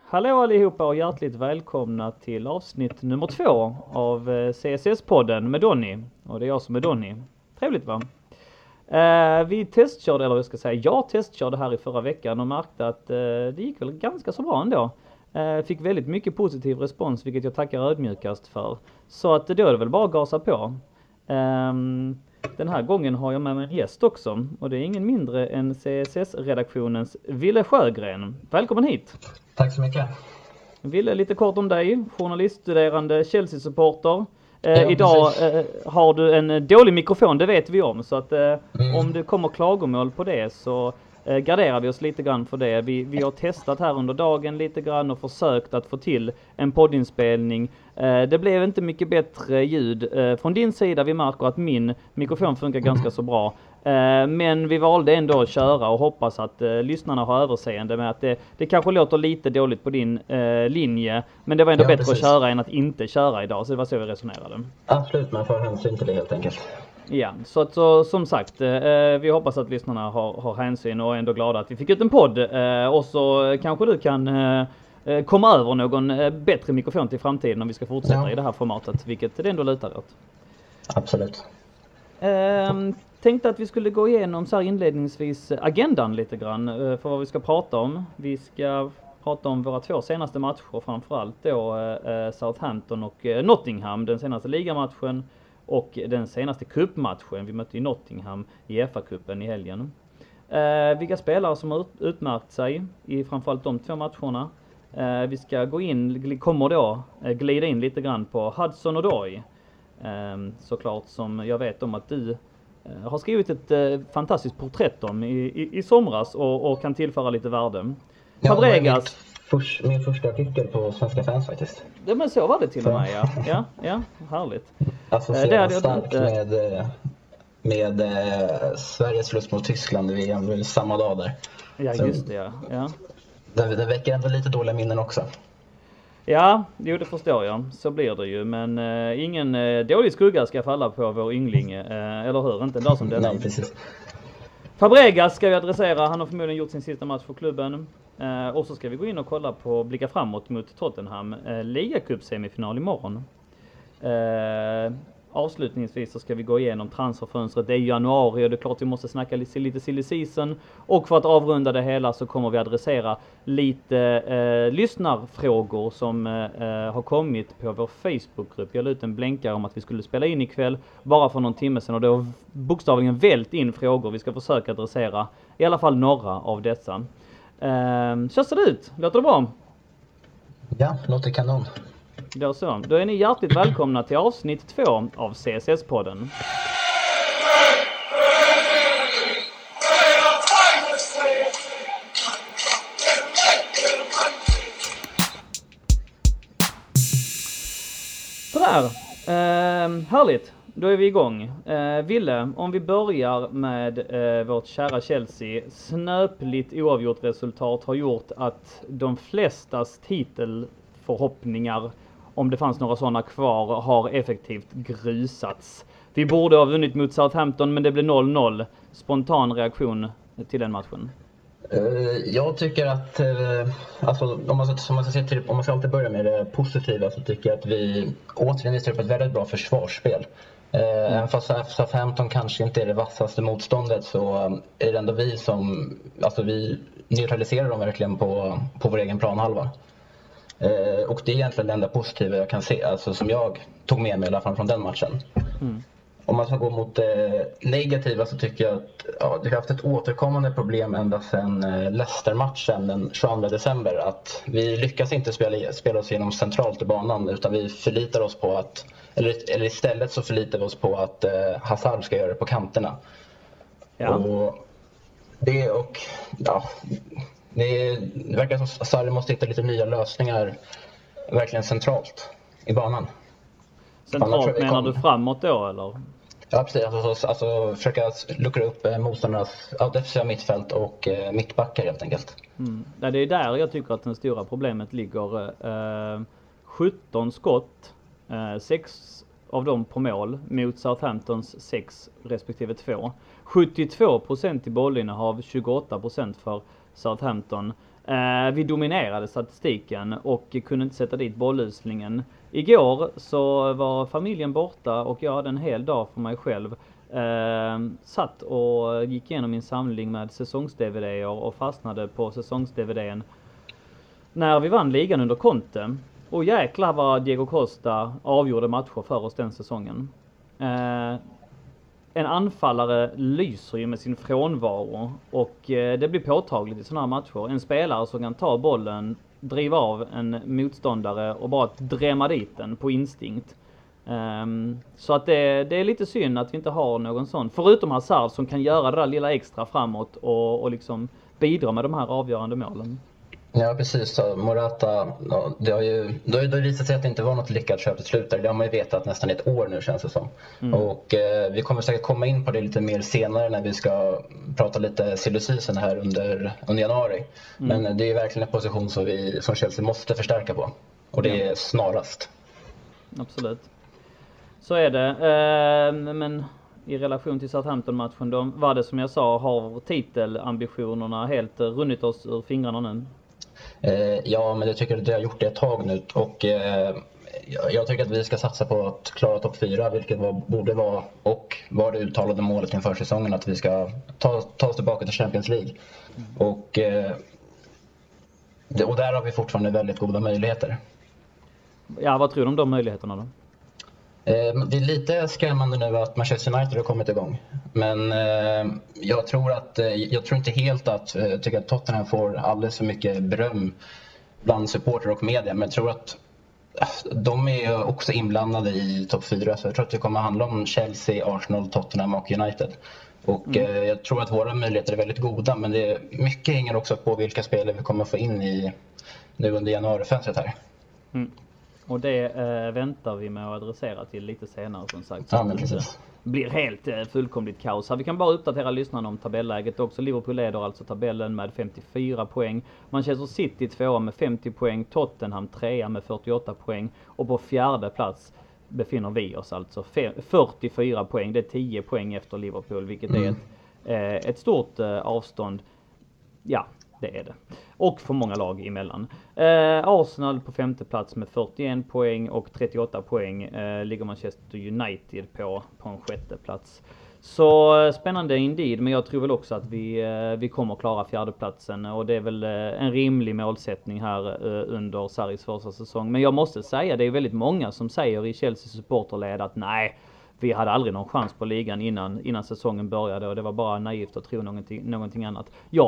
Hallå allihopa och hjärtligt välkomna till avsnitt nummer 2 av CSS-podden med Donny. Och det är jag som är Donny. Trevligt va? Vi testkörde, eller jag ska säga, jag testkörde här i förra veckan och märkte att det gick väl ganska så bra ändå. Fick väldigt mycket positiv respons, vilket jag tackar ödmjukast för. Så att då är det väl bara att gasa på. Den här gången har jag med mig en gäst också. Och det är ingen mindre än CSS-redaktionens Ville Sjögren. Välkommen hit! Tack så mycket. Ville, lite kort om dig. Journaliststuderande, Chelsea-supporter. Idag har du en dålig mikrofon, det vet vi om. Så att om det kommer klagomål på det så garderar vi oss lite grann för det. Vi har testat här under dagen lite grann och försökt att få till en poddinspelning. Det blev inte mycket bättre ljud från din sida. Vi märker att min mikrofon funkar ganska så bra. Men vi valde ändå att köra och hoppas att lyssnarna har överseende med att det kanske låter lite dåligt på din linje. Men det var ändå bättre att köra än att inte köra idag. Så det var så vi resonerade. Absolut, man får hänsyn till det helt enkelt. Ja, så som sagt, vi hoppas att lyssnarna har hänsyn och är ändå glada att vi fick ut en podd. Och så kanske du kan komma över någon bättre mikrofon till framtiden om vi ska fortsätta i det här formatet, vilket det ändå lutar åt. Absolut. Tänkte att vi skulle gå igenom så här inledningsvis agendan lite grann för vad vi ska prata om. Vi ska prata om våra 2 senaste matcher, framförallt då Southampton och Nottingham, den senaste ligamatchen och den senaste cupmatchen. Vi mötte ju Nottingham i FA-cupen i helgen. Vilka spelare som har utmärkt sig i framförallt de 2 matcherna. Vi ska kommer då glida in lite grann på Hudson-Odoi. Såklart, som jag vet om att du har skrivit ett fantastiskt porträtt om i somras och kan tillföra lite värde. Fabregas. Min första artikel på Svenska Fans faktiskt. Ja, men så var det till och med, ja, härligt. Alltså starkt med Sveriges förlust mot Tyskland i VM samma dag där. Ja, just det, ja. Det väcker ändå lite dåliga minnen också. Ja, det förstår jag. Så blir det ju. Men ingen dålig skugga ska falla på vår yngling. Eller hur? Inte en dag som denna. Nej, precis. Fabregas ska vi adressera. Han har förmodligen gjort sin sista match för klubben. Och så ska vi gå in och kolla på blicka framåt mot Tottenham. Ligacup-semifinal imorgon. Avslutningsvis så ska vi gå igenom transferfönstret. Det är januari och det är klart vi måste snacka lite silly season. Och för att avrunda det hela så kommer vi adressera lite lyssnarfrågor som har kommit på vår Facebookgrupp. Jag la ut en blänkare om att vi skulle spela in ikväll bara för någon timme sedan. Och det har bokstavligen vält in frågor. Vi ska försöka adressera i alla fall några av dessa. Så ser det ut. Låter det bra? Ja, låter kanon. Då är ni hjärtligt välkomna till avsnitt 2 av CSS-podden. Sådär, härligt. Då är vi igång. Ville, om vi börjar med vårt kära Chelsea. Snöpligt oavgjort resultat har gjort att de flestas titelförhoppningar, om det fanns några sådana kvar, har effektivt grusats. Vi borde ha vunnit mot Southampton, men det blev 0-0. Spontan reaktion till den matchen. Jag tycker att alltså, om man ska alltid börja med det positiva, så tycker jag att vi återigen visar upp ett väldigt bra försvarsspel. Även fast Southampton kanske inte är det vassaste motståndet, så är det ändå vi som, alltså vi neutraliserar dem verkligen på vår egen planhalva. Och det är egentligen det enda positiva jag kan se, alltså som jag tog med mig i alla fall från den matchen. Om man ska gå mot det negativa, så tycker jag att vi har haft ett återkommande problem ända sedan Leicester-matchen den 22 december. Att vi lyckas inte spela oss igenom centralt i banan, utan vi förlitar oss på att, eller istället så förlitar vi oss på att Hazard ska göra det på kanterna. Ja. Och det verkar som att Sarri måste hitta lite nya lösningar verkligen centralt i banan. Centralt menar du framåt då, eller? Ja, precis. Alltså försöka luckra upp motståndarnas defensiva mittfält och mittbackar helt enkelt. Ja, det är där jag tycker att det stora problemet ligger. 17 skott, 6 av dem på mål mot Southamptons 6 respektive 2. 72% i bollinnehav, 28% för Southampton. Vi dominerade statistiken och kunde inte sätta dit bolluslingen. Igår så var familjen borta och jag hade en hel dag för mig själv. Satt och gick igenom min samling med säsongs-DVD:er och fastnade på säsongs-DVD:n när vi vann ligan under Conte. Och jäklar vad Diego Costa avgjorde matcher för oss den säsongen. En anfallare lyser ju med sin frånvaro och det blir påtagligt i sådana här matcher. En spelare som kan ta bollen, driva av en motståndare och bara drämma dit den på instinkt. Så att det är lite synd att vi inte har någon sån. Förutom Hazard som kan göra det där lilla extra framåt och liksom bidra med de här avgörande målen. Ja, precis. Så Morata, ja, det har ju visat sig att det inte var något lyckat köp till slut där. Det har man ju vetat nästan ett år nu, känns det som. Och vi kommer säkert komma in på det lite mer senare när vi ska prata lite silly season här under januari. Men det är verkligen en position som Chelsea måste förstärka på. Och det är snarast. Absolut. Så är det. Men i relation till Southampton-matchen, då var det som jag sa, har titelambitionerna helt runnit oss ur fingrarna nu? Ja, men jag tycker att det har gjort det ett tag nu. Och jag tycker att vi ska satsa på att klara topp 4, vilket borde vara och var det uttalade målet inför säsongen, att vi ska ta oss tillbaka till Champions League. Och där har vi fortfarande väldigt goda möjligheter. Ja, vad tror du om de möjligheterna då? Det är lite skrämmande nu att Manchester United har kommit igång. Men jag tror inte helt att tycker att Tottenham får alldeles för mycket beröm bland supporter och media. Men jag tror att de är också inblandade i topp 4. Så jag tror att det kommer att handla om Chelsea, Arsenal, Tottenham och United. Och jag tror att våra möjligheter är väldigt goda. Men mycket hänger också på vilka spelare vi kommer att få in nu under januarifönstret här. Och det väntar vi med att adressera till lite senare, som sagt. Ja, men precis. Det blir helt fullkomligt kaos. Vi kan bara uppdatera lyssnarna om tabelläget också. Liverpool leder alltså tabellen med 54 poäng. Manchester City 2 med 50 poäng. Tottenham 3 med 48 poäng. Och på fjärde plats befinner vi oss alltså 44 poäng. Det är 10 poäng efter Liverpool, vilket är ett stort avstånd. Ja, det är det. Och för många lag emellan. Arsenal på femte plats med 41 poäng och 38 poäng ligger Manchester United på en sjätte plats. Så spännande indeed, men jag tror väl också att vi kommer att klara fjärdeplatsen, och det är väl en rimlig målsättning här under Sarris första säsong. Men jag måste säga, det är väldigt många som säger i Chelsea supporterled att nej, vi hade aldrig någon chans på ligan innan säsongen började, och det var bara naivt att tro någonting annat.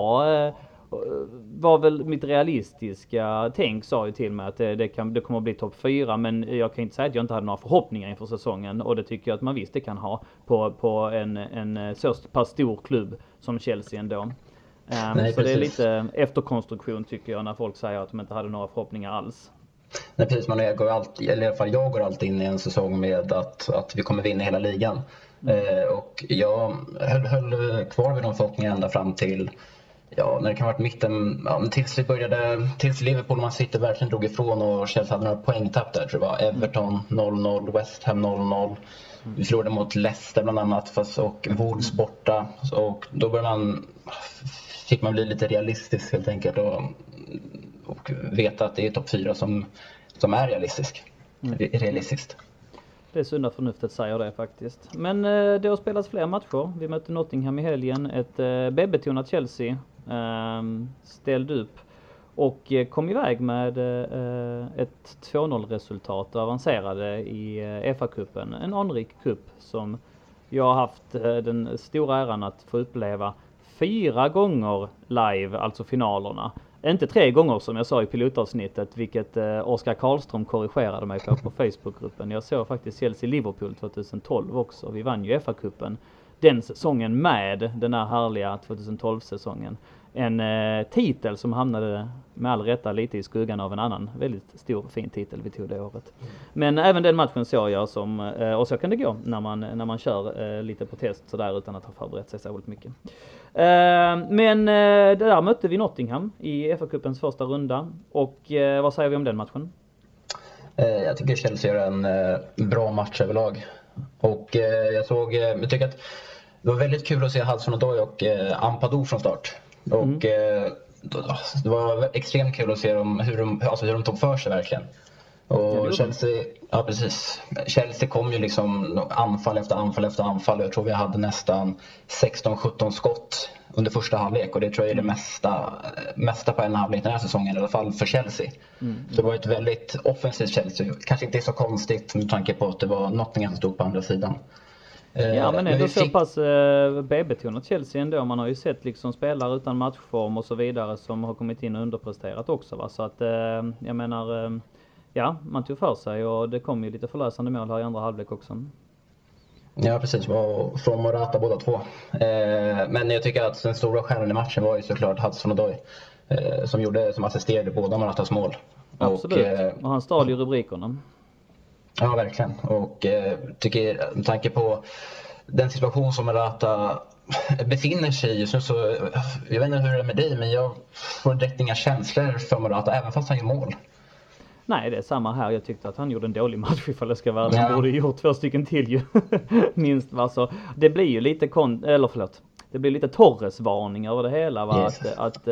Var väl mitt realistiska tänk, sa ju till mig att det kommer att bli topp 4, men jag kan inte säga att jag inte hade några förhoppningar inför säsongen, och det tycker jag att man visst det kan ha på en så pass stor klubb som Chelsea ändå. Nej, så det är lite efterkonstruktion tycker jag när folk säger att de inte hade några förhoppningar alls. Nej, precis, jag går alltid in i en säsong med att vi kommer vinna hela ligan. Och jag höll kvar vid de förhoppningarna ända fram till när det kan ha varit mitten, tills Liverpool och Man City verkligen drog ifrån och Chelsea hade några poängtapp där, tror jag. Everton 0-0, West Ham 0-0. Vi förlorade mot Leicester bland annat, och Wolves borta. Och då fick man bli lite realistisk helt enkelt och veta att det är topp 4 som är realistiskt. Det är sunda förnuftet säger det faktiskt. Men det har spelats fler matcher. Vi mötte Nottingham i helgen. Ett B-betonat Chelsea ställde upp och kom iväg med ett 2-0 resultat och avancerade i FA-cupen. En anrik cup som jag har haft den stora äran att få uppleva 4 gånger live, alltså finalerna. Inte 3 gånger som jag sa i pilotavsnittet, vilket Oskar Karlström korrigerade mig på Facebookgruppen. Jag såg faktiskt Chelsea-Liverpool 2012 också. Vi vann ju FA-cupen den säsongen med den här härliga 2012-säsongen. En titel som hamnade med all rätta lite i skuggan av en annan väldigt stor fin titel vi tog det året. Men även den matchen såg jag och så kan det gå när man kör lite på test sådär utan att ha förberett sig så mycket. Men det där mötte vi Nottingham i FA-cupens första runda. Och vad säger vi om den matchen? Jag tycker Chelsea gör en bra match överlag. Och jag tycker att det var väldigt kul att se Hudson-Odoi och Ampadu från start. Och det var extremt kul att se hur de tog för sig verkligen. Och Chelsea, ja precis. Chelsea kom ju liksom anfall efter anfall efter anfall. Jag tror vi hade nästan 16-17 skott under första halvlek. Och det tror jag är det mesta på en halvlek den här säsongen, i alla fall för Chelsea. Så det var ett väldigt offensivt Chelsea. Kanske inte så konstigt med tanke på att det var Nottingham som stod på andra sidan. Ja, men ändå så pass B-betonat Chelsea ändå. Man har ju sett liksom spelare utan matchform och så vidare som har kommit in och underpresterat också, va? Så att jag menar, ja, man tog för sig och det kom ju lite förlösande mål här i andra halvlek också. Ja, precis. Från Morata båda två. Men jag tycker att den stora stjärnan i matchen var ju såklart Hudson-Odoi, som assisterade båda Moratas mål. Absolut. Och han stal ju rubrikerna. Ja, verkligen. Och tycker, med tanke på den situation som Morata befinner sig i just nu, så jag vet inte hur det är med dig, men jag får direkt inga känslor för Morata, även fast han gör mål. Nej, det är samma här. Jag tyckte att han gjorde en dålig match ifall det ska vara. Han borde gjort 2 stycken till ju. Minst, va? Så det blir ju lite det blir lite Torres-varning över det hela, va? Yes. Att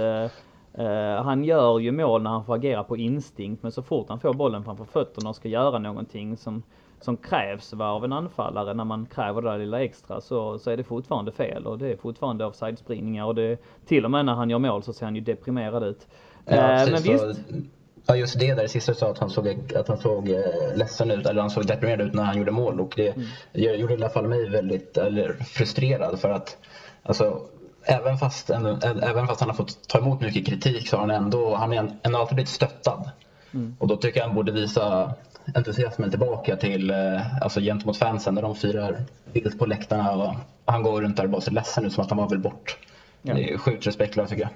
han gör ju mål när han får agera på instinkt, men så fort han får bollen framför fötterna och ska göra någonting som krävs, va, av en anfallare, när man kräver det där lilla extra, så är det fortfarande fel, och det är fortfarande offside-springningar, och det, till och med när han gör mål så ser han ju deprimerad ut. Men visst. Ja, just det där i sista sa att han såg ledsen ut, eller han såg deprimerad ut när han gjorde mål, och det gjorde i alla fall mig väldigt frustrerad, för att alltså, även fast han har fått ta emot mycket kritik, så har han ändå alltid blivit stöttad. Och då tycker jag han borde visa entusiasmen tillbaka till gentemot fansen, där de firar vilt på läktarna, och han går runt där och bara ser ledsen ut som att han var väl bort. Ja. Det är sjukt respektlöst, tycker jag.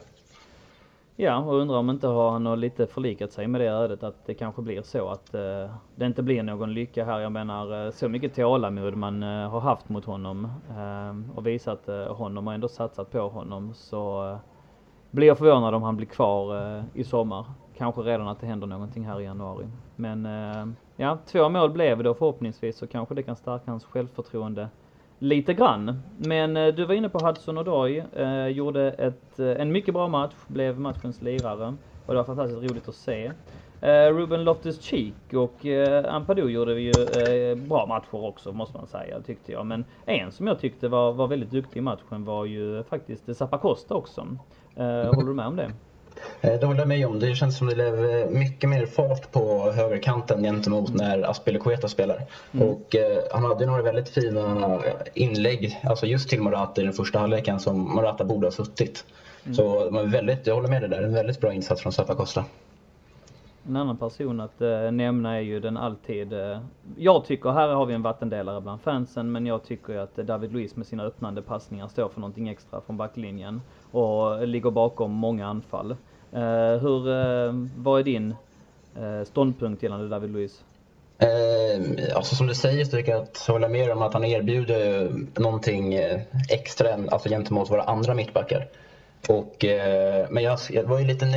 Ja, och undrar om inte har han lite förlikat sig med det ödet, att det kanske blir så att det inte blir någon lycka här. Jag menar, så mycket tålamod man har haft mot honom och visat honom och ändå satsat på honom, så blir jag förvånad om han blir kvar i sommar. Kanske redan att det händer någonting här i januari. Men ja, 2 mål blev det, och förhoppningsvis så kanske det kan stärka hans självförtroende lite grann. Men du var inne på Hudson-Odoi, gjorde en mycket bra match, blev matchens lirare, och det var fantastiskt roligt att se. Ruben Loftus-Cheek och Ampadu gjorde vi ju bra matcher också, måste man säga, tyckte jag. Men en som jag tyckte var väldigt duktig i matchen var ju faktiskt Zappacosta också. Håller du med om det? Det håller jag med om. Det känns som det blev mycket mer fart på högerkanten gentemot när Azpilicueta spelar. Och han hade några väldigt fina inlägg, alltså just till Morata i den första halvleken, som Morata borde ha suttit. Så jag håller med dig där. En väldigt bra insats från Zappacosta. En annan person att nämna är ju den alltid... jag tycker, här har vi en vattendelare bland fansen, men jag tycker att David Luiz med sina öppnande passningar står för någonting extra från backlinjen och ligger bakom många anfall. Vad är din ståndpunkt gällande David Luiz? Alltså som du säger, så tycker jag att hålla med om att han erbjuder någonting extra, alltså gentemot våra andra mittbackar. Men jag var ju lite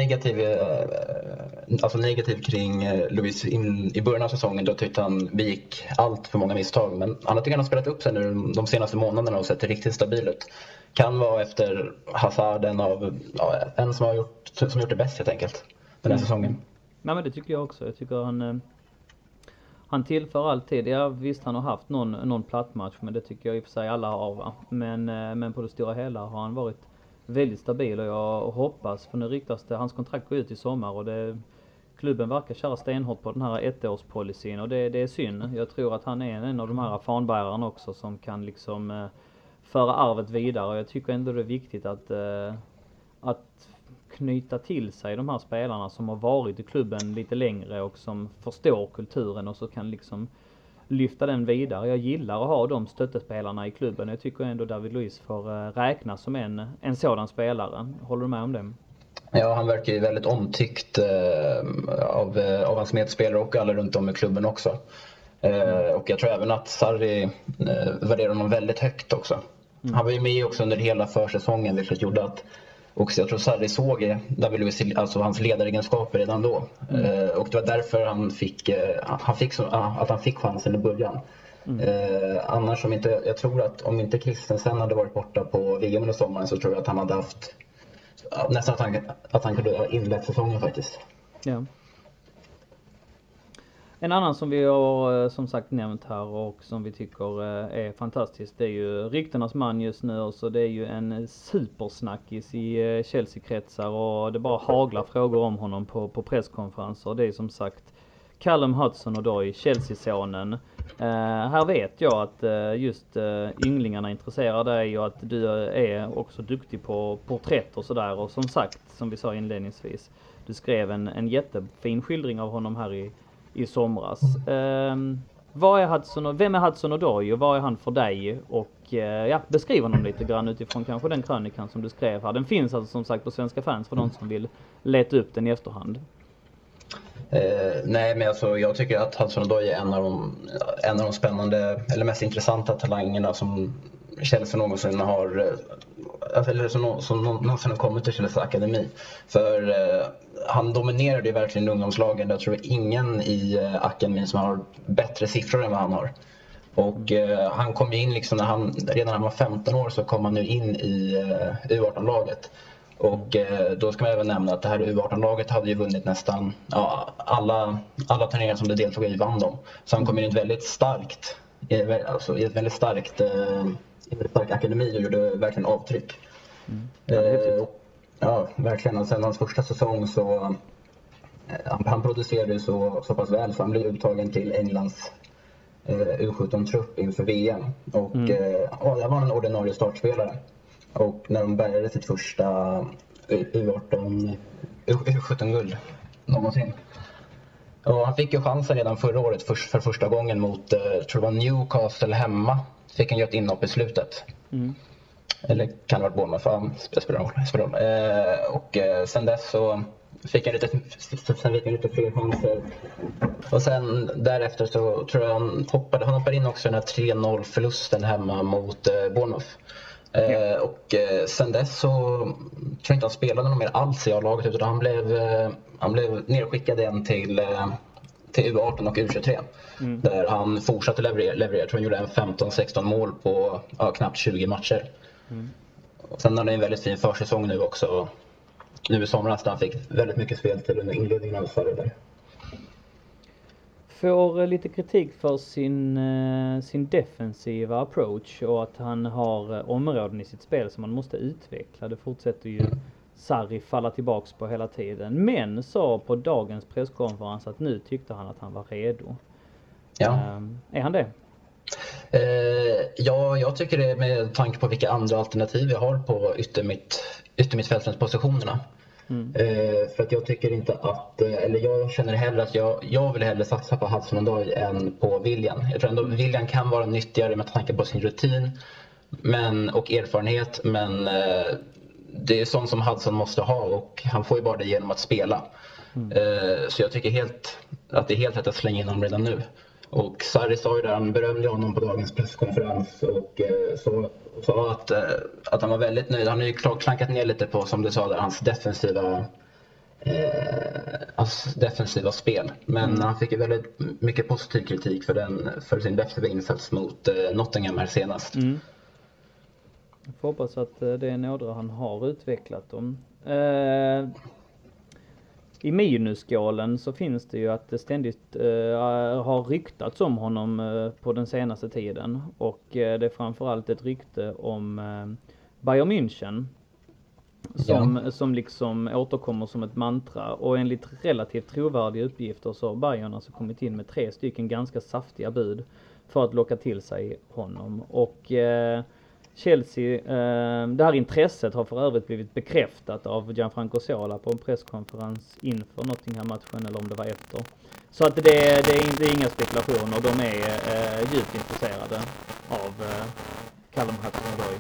negativ kring Luiz i början av säsongen. Då tyckte han begick allt för många misstag. Men han har spelat upp sig nu de senaste månaderna och sett riktigt stabil ut. Kan vara efter Hazard en som gjort det bäst helt enkelt den här säsongen. Nej, men det tycker jag också. Jag tycker han tillför alltid. Ja, visst, han har haft någon plattmatch, men det tycker jag i och för sig alla har, va? Men på det stora hela har han varit väldigt stabil, och jag hoppas, för nu ryktas det, hans kontrakt går ut i sommar, och klubben verkar köra stenhårt på den här 1-årspolicyn, och det är synd. Jag tror att han är en av de här fanbärarna också som kan liksom föra arvet vidare, och jag tycker ändå det är viktigt att knyta till sig de här spelarna som har varit i klubben lite längre och som förstår kulturen, och så kan liksom lyfta den vidare. Jag gillar att ha de stöttespelarna i klubben. Jag tycker ändå David Luiz får räknas som en sådan spelare. Håller du med om det? Ja, han verkar ju väldigt omtyckt av hans medspelare och alla runt om i klubben också. Och jag tror även att Sarri värderar honom väldigt högt också. Han var ju med också under hela försäsongen, vilket gjorde att också jag tror Sarri såg David Luiz, alltså hans ledaregenskaper redan då. Och det var därför han fick chansen i början. Annars jag tror att om inte Christensen hade varit borta på VM under sommaren, så tror jag att han hade haft nästan att han kunde ha inlett säsongen faktiskt. Ja. En annan som vi har som sagt nämnt här och som vi tycker är fantastisk, det är ju ryktenas man just nu, och så det är ju en supersnackis i Chelsea-kretsar och det bara haglar frågor om honom på presskonferenser. Det är som sagt Callum Hudson-Odoi, Chelsea-sonen. Här vet jag att just ynglingarna intresserar dig och att du är också duktig på porträtt och sådär, och som sagt, som vi sa inledningsvis, du skrev en jättefin skildring av honom här i somras. Vem är Hudson-Odoi och vad är han för dig? Och beskriv honom lite grann utifrån kanske den krönikan som du skrev här. Den finns alltså som sagt på Svenska Fans för de som vill leta upp den i efterhand. Nej, men alltså, jag tycker att Hudson-Odoi är en av de spännande eller mest intressanta talangerna som Chelsea någonsin har, eller som någonsin har kommit till Chelsea akademi. För han dominerade ju verkligen ungdomslagen. Jag tror ingen i akademin som har bättre siffror än vad han har. Och han kom in liksom redan när han var 15 år så kom han nu in i U18-laget. Och då ska man även nämna att det här U18-laget hade ju vunnit nästan alla turneringar som det deltog i vann dem. Så han kom in i ett väldigt starkt, stark akademi och gjorde verkligen avtryck. Ja, verkligen. Och sen hans första säsong så han producerade så pass väl så han blev uttagen till Englands U17-trupp inför VM. Och jag var en ordinarie startspelare. Och när de bärgade sitt första U17-guld någonsin. Och han fick ju chansen redan förra året för första gången mot, tror det var Newcastle hemma. Fick han göra ett inhopp i slutet. Eller kan det ha varit Bournemouth, det spelar roll. Och sen dess så fick han lite fler chanser. Och sen därefter så tror jag han hoppade in också den här 3-0-förlusten hemma mot Bournemouth. Och sen dess så tror jag inte han spelade någon mer alls i A-laget, utan han blev nerskickad igen till U18 och U23 där han fortsatte leverera. Jag tror han gjorde 15-16 mål på knappt 20 matcher. Och sen hade han en väldigt fin försäsong nu också, nu i somras, där han fick väldigt mycket spel till under inledningen av Sverige där. Får lite kritik för sin defensiva approach och att han har områden i sitt spel som man måste utveckla. Det fortsätter ju Sarri falla tillbaks på hela tiden. Men sa på dagens presskonferens att nu tyckte han att han var redo. Ja. Är han det? Ja, jag tycker det med tanke på vilka andra alternativ vi har på yttermittfältspositionerna. För att jag tycker inte att, eller jag känner hellre att jag vill hellre satsa på Hudson-Odoi än på Willian. Jag tror ändå Willian kan vara nyttigare med tanke på sin rutin och erfarenhet, men det är sånt som Hudson måste ha och han får ju bara det genom att spela. Så jag tycker att det är helt rätt att slänga in honom redan nu. Och Sarri sa ju där, han berömde honom på dagens presskonferens och sa att han var väldigt nöjd. Han har ju klankat ner lite på, som du sa där, hans defensiva spel. Men han fick ju väldigt mycket positiv kritik för sin defensiva insats mot Nottingham här senast. Jag får hoppas att det är några han har utvecklat dem. I minusskålen så finns det ju att det ständigt har ryktats om honom på den senaste tiden. Och det är framförallt ett rykte om Bayern München som liksom återkommer som ett mantra. Och enligt relativt trovärdiga uppgifter så har Bayern alltså kommit in med 3 stycken ganska saftiga bud för att locka till sig honom. Och Chelsea, det här intresset har för övrigt blivit bekräftat av Gianfranco Zola på en presskonferens inför Nottingham-matchen, eller om det var efter. Så att det är inga spekulationer, de är djupt intresserade av Callum Hudson-Odoi.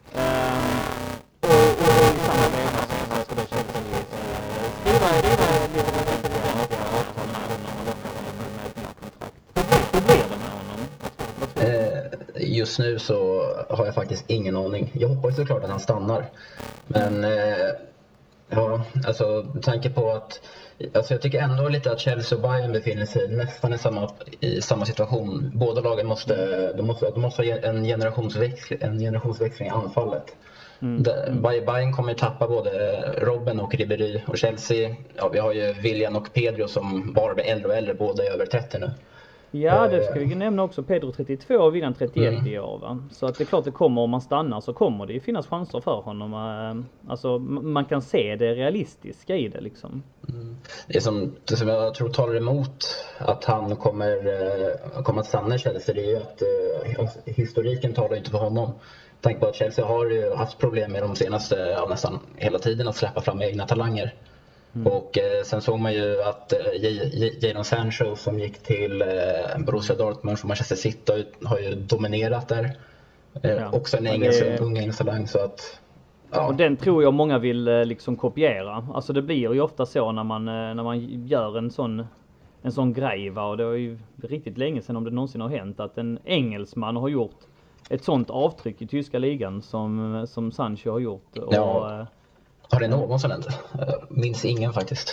Och i samma veva så ska då Chelsea skriva lite avtal med honom och locka honom med ett nytt kontrakt. Hur blir det med honom? Just nu så har jag faktiskt ingen aning. Jag hoppas såklart att han stannar. Men alltså tanke på att jag tycker ändå lite att Chelsea och Bayern befinner sig nästan i samma situation. Båda lagen måste ha en generationsväxling i anfallet. Bayern kommer tappa både Robben och Ribéry, och Chelsea, ja, vi har ju Willian och Pedro som bara blir äldre och äldre, båda är över 30 nu. Ja, det ska vi nämna också. Pedro 32 och William 31 i år, va? Så att det är klart det kommer, om man stannar så kommer det finnas chanser för honom. Alltså man kan se det realistiska i det liksom. Det som jag tror talar emot att han kommer att stanna i Chelsea, det är ju att historiken talar inte för honom. Tänk på att Chelsea har ju haft problem med de senaste, nästan hela tiden, att släppa fram egna talanger. Och sen såg man ju att Jadon Sancho som gick till Borussia Dortmund från Manchester City har ju dominerat där. Också en ung engelsk talang, så att... Ja. Och den tror jag många vill liksom kopiera. Alltså det blir ju ofta så när man gör en sån grej, va? Och det är ju riktigt länge sedan, om det någonsin har hänt, att en engelsman har gjort ett sånt avtryck i tyska ligan som Sancho har gjort. Ja. Har det någonsin hänt? Minns ingen faktiskt.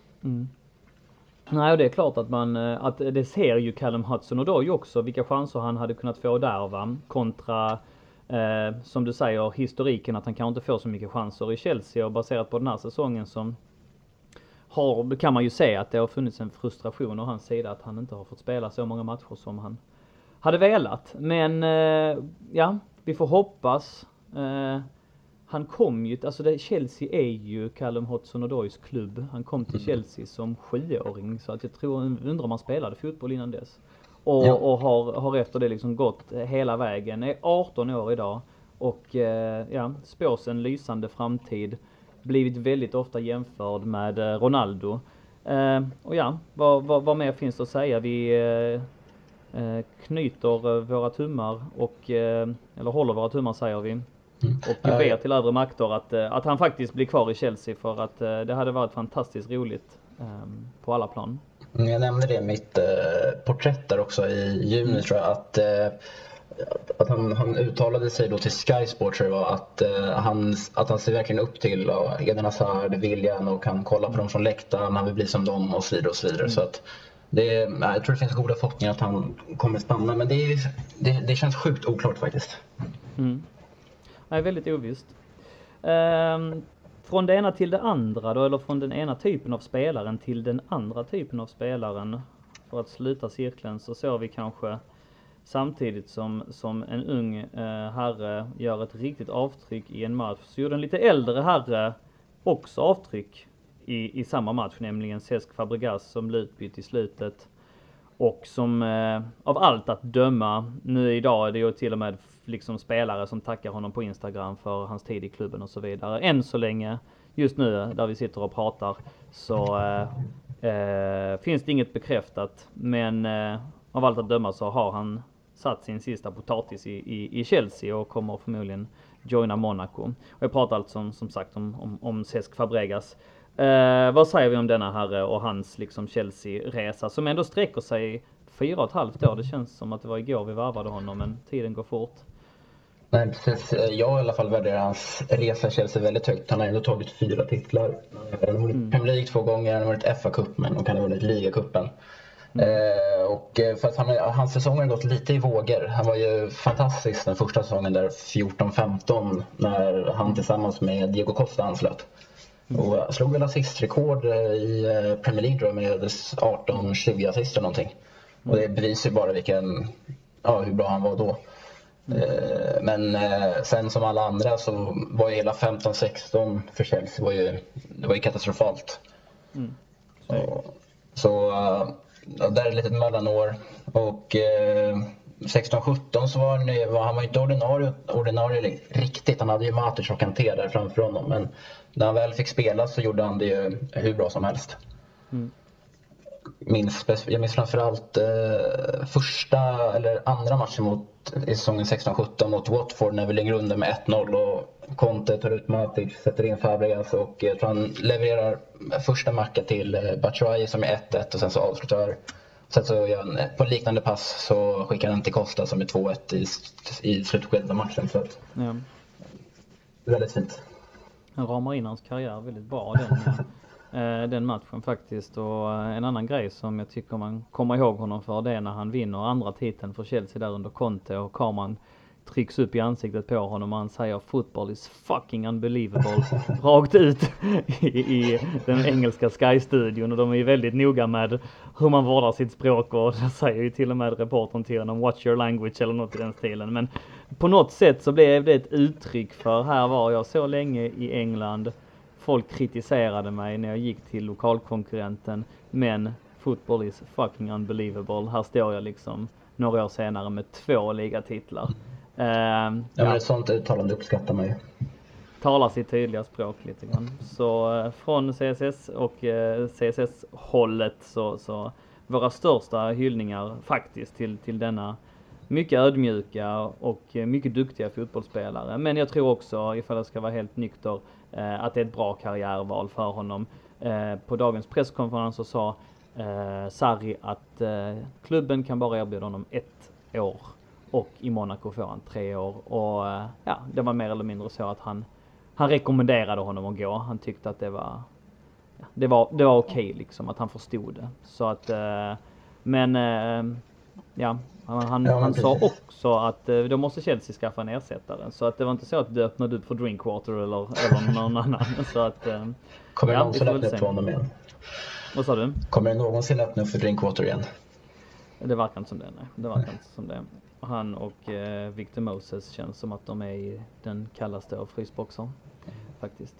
Nej, och det är klart att det ser ju Callum Hudson-Odoi också, vilka chanser han hade kunnat få där, va? Kontra som du säger, historiken, att han kanske inte får så mycket chanser i Chelsea, och baserat på den här säsongen som kan man ju se att det har funnits en frustration av hans sida, att han inte har fått spela så många matcher som han hade velat. Men ja, vi får hoppas. Han kom ju, alltså Chelsea är ju Callum Hudson-Odois klubb. Han kom till Chelsea som 7-åring, så att jag undrar om han spelade fotboll innan dess. Och har efter det liksom gått hela vägen. Är 18 år idag och spås en lysande framtid. Blivit väldigt ofta jämförd med Ronaldo. Och ja, vad mer finns det att säga? Vi knyter våra tummar eller håller våra tummar, säger vi. Och ber till övre makter att han faktiskt blir kvar i Chelsea, för att det hade varit fantastiskt roligt på alla plan. Jag nämnde det i mitt porträtt där också i juni, tror jag, att han uttalade sig då till Sky Sports, att han ser verkligen upp till Eden Hazard, Willian, och kan kolla på dem från läktaren, han vill bli som dem och så vidare och så vidare. Så att jag tror det finns goda förhoppningar att han kommer stanna, men det känns sjukt oklart faktiskt. Det är väldigt ovisst. Från det ena till det andra då, eller från den ena typen av spelaren till den andra typen av spelaren, för att sluta cirkeln, så såg vi kanske samtidigt som en ung herre gör ett riktigt avtryck i en match, så gjorde en lite äldre herre också avtryck i samma match, nämligen Cesc Fabregas, som blev utbytt i slutet. Och som av allt att döma, nu idag är det ju till och med liksom spelare som tackar honom på Instagram för hans tid i klubben och så vidare. Än så länge, just nu där vi sitter och pratar, så finns det inget bekräftat. Men av allt att döma så har han satt sin sista potatis i Chelsea och kommer förmodligen joina Monaco. Och jag pratar alltså som sagt om Cesc Fabregas. Vad säger vi om denna herre och hans liksom Chelsea-resa, som ändå sträcker sig 4,5 år? Det känns som att det var igår vi varvade honom, men tiden går fort. Nej, precis. Jag i alla fall värderar hans resa i Chelsea väldigt högt. Han har ändå tagit 4 titlar. Han har vunnit Premier League 2 gånger, han har vunnit FA-cupen och han har vunnit ligacupen. Och för att hans säsong har gått lite i vågor. Han var ju fantastisk den första säsongen där 14-15, när han tillsammans med Diego Costa anslöt. Och slog väl assistrekord i Premier League med 18-20 assist eller någonting. Och det bevisar ju bara hur bra han var då. Men sen som alla andra så var ju hela 15-16 för Chelsea det var ju katastrofalt. Så där är ett litet mellanår. Och 16-17 så var han inte ordinarie riktigt. Han hade ju Matic och Kanté där framför honom. Men när han väl fick spela så gjorde han det ju hur bra som helst. Jag minns framförallt första eller andra matchen i säsongen 16-17 mot Watford, när vi ligger under med 1-0 och Conte tar ut Matic, sätter in Fabregas, och jag tror han levererar första macka till Batshuayi som är 1-1, och sen så avslutar. Sen så gör han på liknande pass, så skickar han till Costa som är 2-1 i slutskedet av matchen. Så att, väldigt fint. Han ramar in hans karriär väldigt bra den matchen faktiskt. Och en annan grej som jag tycker man kommer ihåg honom för, det är när han vinner andra titeln för Chelsea där under Conte, och Carman trycks upp i ansiktet på honom och han säger football is fucking unbelievable rakt ut i den engelska Sky-studion, och de är ju väldigt noga med hur man vårdar sitt språk, och det säger ju till och med reportern till honom watch your language eller något i den stilen. Men på något sätt så blev det ett uttryck för, här var jag så länge i England, folk kritiserade mig när jag gick till lokalkonkurrenten, men football is fucking unbelievable. Här står jag liksom några år senare med 2 ligatitlar. Men ett sånt uttalande uppskattar man ju. Talar sitt tydliga språk lite grann. Så från CSS och CSS-hållet så våra största hyllningar faktiskt till denna mycket ödmjuka och mycket duktiga fotbollsspelare. Men jag tror också, ifall jag ska vara helt nykter, att det är ett bra karriärval för honom. På dagens presskonferens så sa Sarri att klubben kan bara erbjuda honom 1 år. Och i Monaco får han 3 år. Och ja, det var mer eller mindre så att han rekommenderade honom att gå. Han tyckte att det var okej liksom, att han förstod det. Så att, men ja, han sa också att då måste Chelsea skaffa en ersättare. Så att det var inte så att det öppnade upp för Drinkwater eller någon annan. Så att, kommer det någonsin öppna upp för honom igen? Vad sa du? Kommer det någonsin öppna upp för Drinkwater igen? Det verkar inte som det, nej. Det verkar inte som det. Han och Victor Moses känns som att de är i den kallaste av frysboxar. Faktiskt.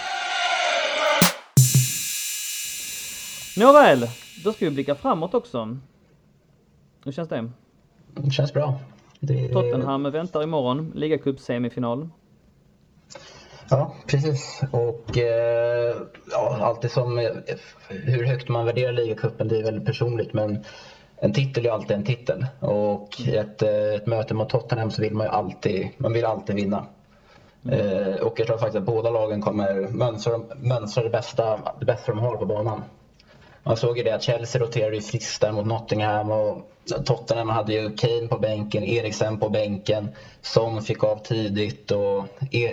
Nåväl, då ska vi blicka framåt också. Hur känns det? Det känns bra. Tottenham väntar imorgon. Ligacup semifinal. Ja, precis. Och alltid som hur högt man värderar ligacupen, det är väldigt personligt, men en titel är alltid en titel. Och ett möte mot Tottenham så vill man vill alltid vinna. Och jag tror faktiskt att båda lagen kommer mönstra det bästa de har på banan. Man såg ju det att Chelsea roterade ju friskt där mot Nottingham, och Tottenham hade ju Kane på bänken, Eriksen på bänken, Son fick av tidigt, och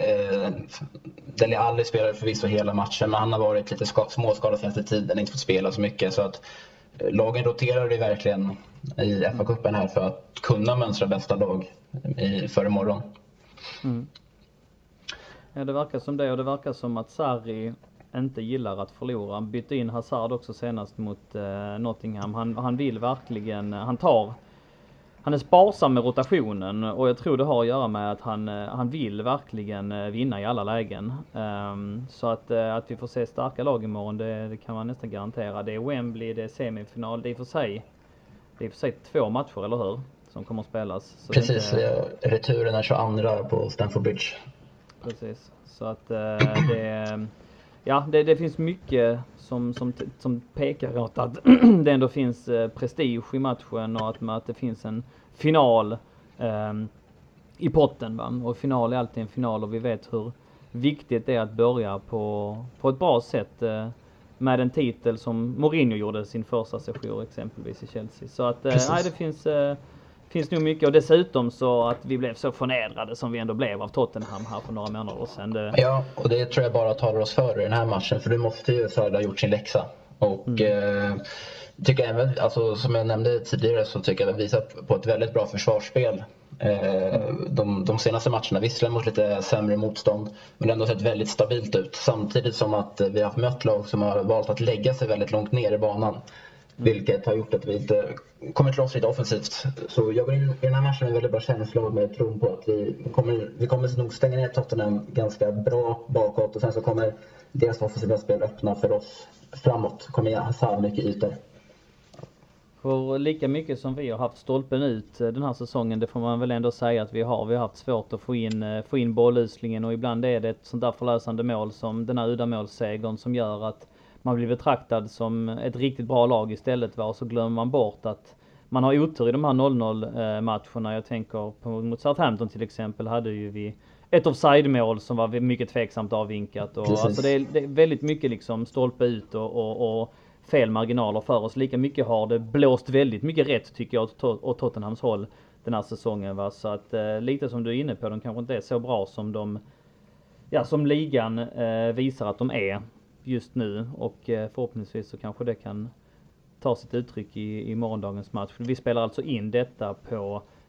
Dele Alli spelade förvisso hela matchen, men han har varit lite småskadad senaste tiden, inte fått spela så mycket, så att lagen roterade ju verkligen i FA-cupen här för att kunna mönstra bästa lag för imorgon. Ja, det verkar som det, och det verkar som att Sarri inte gillar att förlora. Han bytte in Hazard också senast mot Nottingham. Han vill verkligen, han är sparsam med rotationen, och jag tror det har att göra med att han vill verkligen vinna i alla lägen. Så att vi får se starka lag imorgon, det kan man nästan garantera. Det är Wembley, det är semifinal, det är för sig 2 matcher, eller hur? Som kommer att spelas. Så precis, returen är 22 på Stamford Bridge. Precis, så att det finns mycket som pekar åt att det ändå finns prestige i matchen, och att det finns en final i potten, va? Och final är alltid en final, och vi vet hur viktigt det är att börja på ett bra sätt med en titel som Mourinho gjorde sin första session exempelvis i Chelsea. Så att det finns nog mycket, och dessutom så att vi blev så förnedrade som vi ändå blev av Tottenham här för några månader sedan. Ja, och det tror jag bara talar oss för i den här matchen, för du måste ju ha gjort sin läxa. Och tycker jag även, alltså, som jag nämnde tidigare, så tycker jag att vi visat på ett väldigt bra försvarsspel. De senaste matcherna, visserligen mot lite sämre motstånd, men ändå sett väldigt stabilt ut. Samtidigt som att vi har mött lag som har valt att lägga sig väldigt långt ner i banan. Vilket har gjort att vi inte kommer till oss lite offensivt. Så jag går in i den här matchen med väldigt bra känsla, med tron på att vi kommer nog stänga ner Tottenham ganska bra bakåt. Och sen så kommer deras offensiva spel öppna för oss framåt. Kommer jag ha mycket ytor. För lika mycket som vi har haft stolpen ut den här säsongen, det får man väl ändå säga att vi har haft svårt att få in bolluslingen. Och ibland är det ett sånt där förlösande mål som den här uddamålssegern som gör att man blir betraktad som ett riktigt bra lag istället, och så glömmer man bort att man har otur i de här 0-0 matcherna. Jag tänker mot Southampton till exempel, hade ju vi ett offside-mål som var mycket tveksamt avvinkat, och alltså det är väldigt mycket liksom stolpe ut och fel marginaler för oss. Lika mycket har det blåst väldigt mycket rätt, tycker jag, åt Tottenhams håll den här säsongen, va? Så att lite som du är inne på, de kanske inte är så bra som ligan visar att de är just nu, och förhoppningsvis så kanske det kan ta sitt uttryck i morgondagens match. Vi spelar alltså in detta på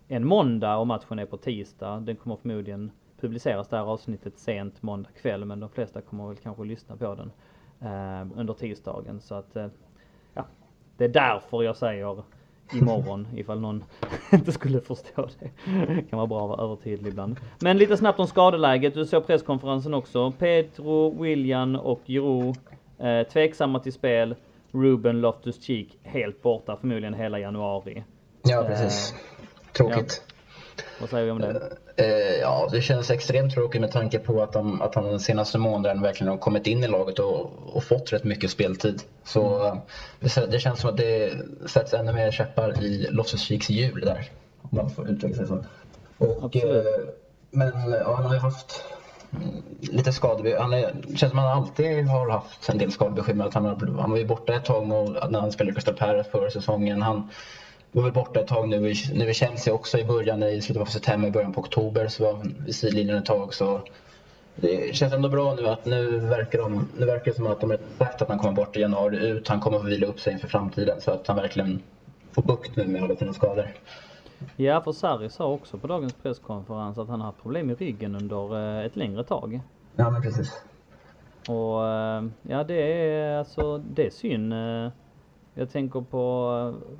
en måndag och matchen är på tisdag. Den kommer förmodligen publiceras det här avsnittet sent måndag kväll, men de flesta kommer väl kanske lyssna på den under tisdagen. Så att ja, det är därför jag säger imorgon, ifall någon inte skulle förstå det. Det kan vara bra att vara övertydlig ibland. Men lite snabbt om skadeläget. Du såg presskonferensen också. Pedro, Willian och Giroud tveksamma till spel. Ruben Loftus-Cheek helt borta, förmodligen hela januari. Ja, precis. Tråkigt. Ja. Vad säger vi om det? Ja, det känns extremt tråkigt med tanke på att han den senaste månaden verkligen har kommit in i laget och fått rätt mycket speltid. Så det känns som att det sätts ännu mer käppar i Loftus-Cheeks hjul där, om man får uttrycka sig så. Och, men ja, han har ju haft lite skador. Det känns som att han alltid har haft en del skadebekymmer. Han var ju borta ett tag när han spelade Crystal Palace förra säsongen. Han var väl borta ett tag nu i Chelsea också i början, i slutet av september, början på oktober, så var han i sidlinjen ett tag. Så det känns ändå bra nu att nu verkar det som att de har sagt att han kommer bort i januari ut. Han kommer att vila upp sig inför framtiden så att han verkligen får bukt nu med alla sina skador. Ja, för Sarri sa också på dagens presskonferens att han har haft problem i ryggen under ett längre tag. Ja, men precis. Och ja, det är synd. Jag tänker på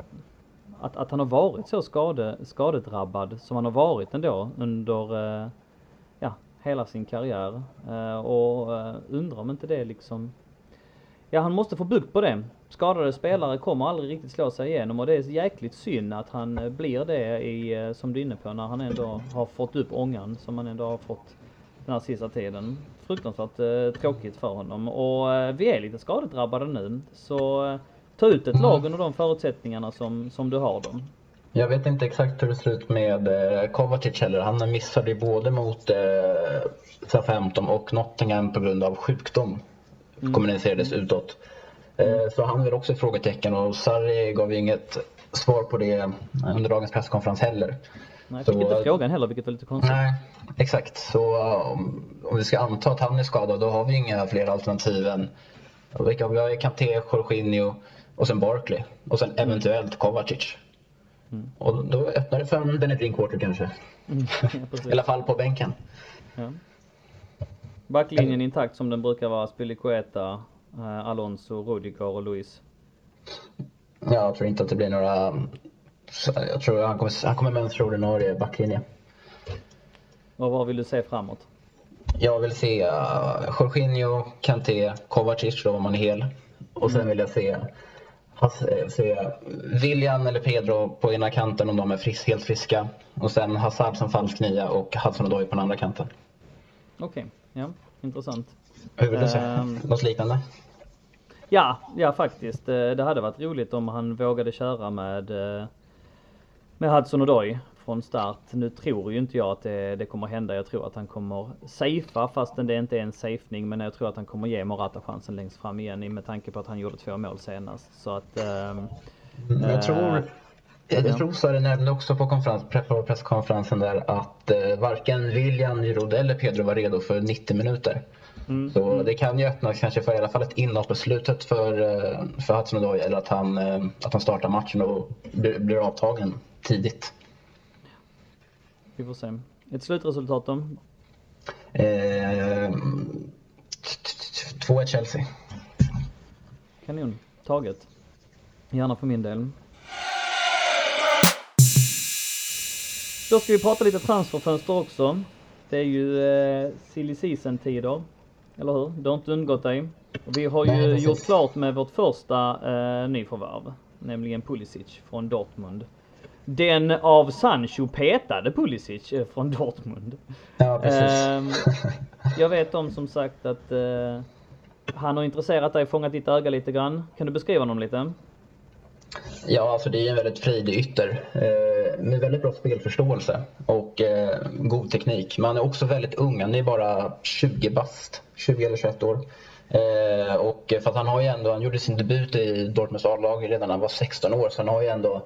att han har varit så skadedrabbad som han har varit ändå under hela sin karriär. Och undrar om inte det liksom... Ja, han måste få bukt på det. Skadade spelare kommer aldrig riktigt slå sig igenom, och det är jäkligt synd att han blir det som du är inne på, när han ändå har fått upp ångan som han ändå har fått den här sista tiden. Fruktansvärt tråkigt för honom. Och vi är lite skadedrabbade nu, så ta ut ett lag under de förutsättningarna som du har dem. Jag vet inte exakt hur det ser ut med Kovacic heller. Han missade både mot Southampton och Nottingham på grund av sjukdom. Kommunicerades utåt. Så han vill också frågetecken, och Sarri gav inget svar på det under dagens presskonferens heller. Nej, jag fick inte frågan heller, vilket var lite konstigt. Nej, exakt. Så om vi ska anta att han är skadad, då har vi inga fler alternativ än vi har Kanté, Jorginho och sen Barkley och sen eventuellt Kovacic. Och då öppnar det för en Bennett Drinkwater kanske. I alla fall på bänken. Ja. Backlinjen intakt som den brukar vara: Spilicueta, Alonso, Rudiger och Luis. Ja, jag tror inte att det blir några... Jag tror han kommer mönstra ordinarie backlinje. Och vad vill du se framåt? Jag vill se Jorginho, Kanté, Kovacic då, om man är hel. Och sen vill jag se Willian eller Pedro på ena kanten om de är helt friska. Och sen Hazard som falsk nia och Hudson-Odoi på den andra kanten. Okej, ja, intressant. Hur vill du se? Något liknande? Ja, faktiskt. Det hade varit roligt om han vågade köra med Hudson-Odoi från start. Nu tror ju inte jag att det kommer hända. Jag tror att han kommer safea, fastän det inte är en safning. Men jag tror att han kommer ge Morata chansen längst fram igen, med tanke på att han gjorde 2 mål senast. Så att... Jag tror så det nämnde också på presskonferensen där att varken Willian, Giroud eller Pedro var redo för 90 minuter. Så det kan ju öppna kanske för i alla fall ett inhopp på slutet för Hudson-Odoi, eller att han startar matchen och blir avtagen tidigt. Vi får se. Ett slutresultat då? 2-1 Chelsea. Kanon. Taget. Gärna för min del. Då ska vi prata lite transferfönster också. Det är ju silly season-tider. Eller hur? Det har inte undgått dig. Och vi har ju gjort klart med vårt första nyförvärv. Nämligen Pulisic från Dortmund. Den av Sancho petade Pulisic från Dortmund. Ja, precis. Jag vet om som sagt att han har intresserat dig, fångat ditt öga lite grann. Kan du beskriva honom lite? Ja, alltså det är en väldigt frejdig ytter med väldigt bra spelförståelse och god teknik. Man är också väldigt ung, han är bara 20 eller 21 år. Och för att han gjorde sin debut i Dortmunds A-lag redan när han var 16 år, så han har ju ändå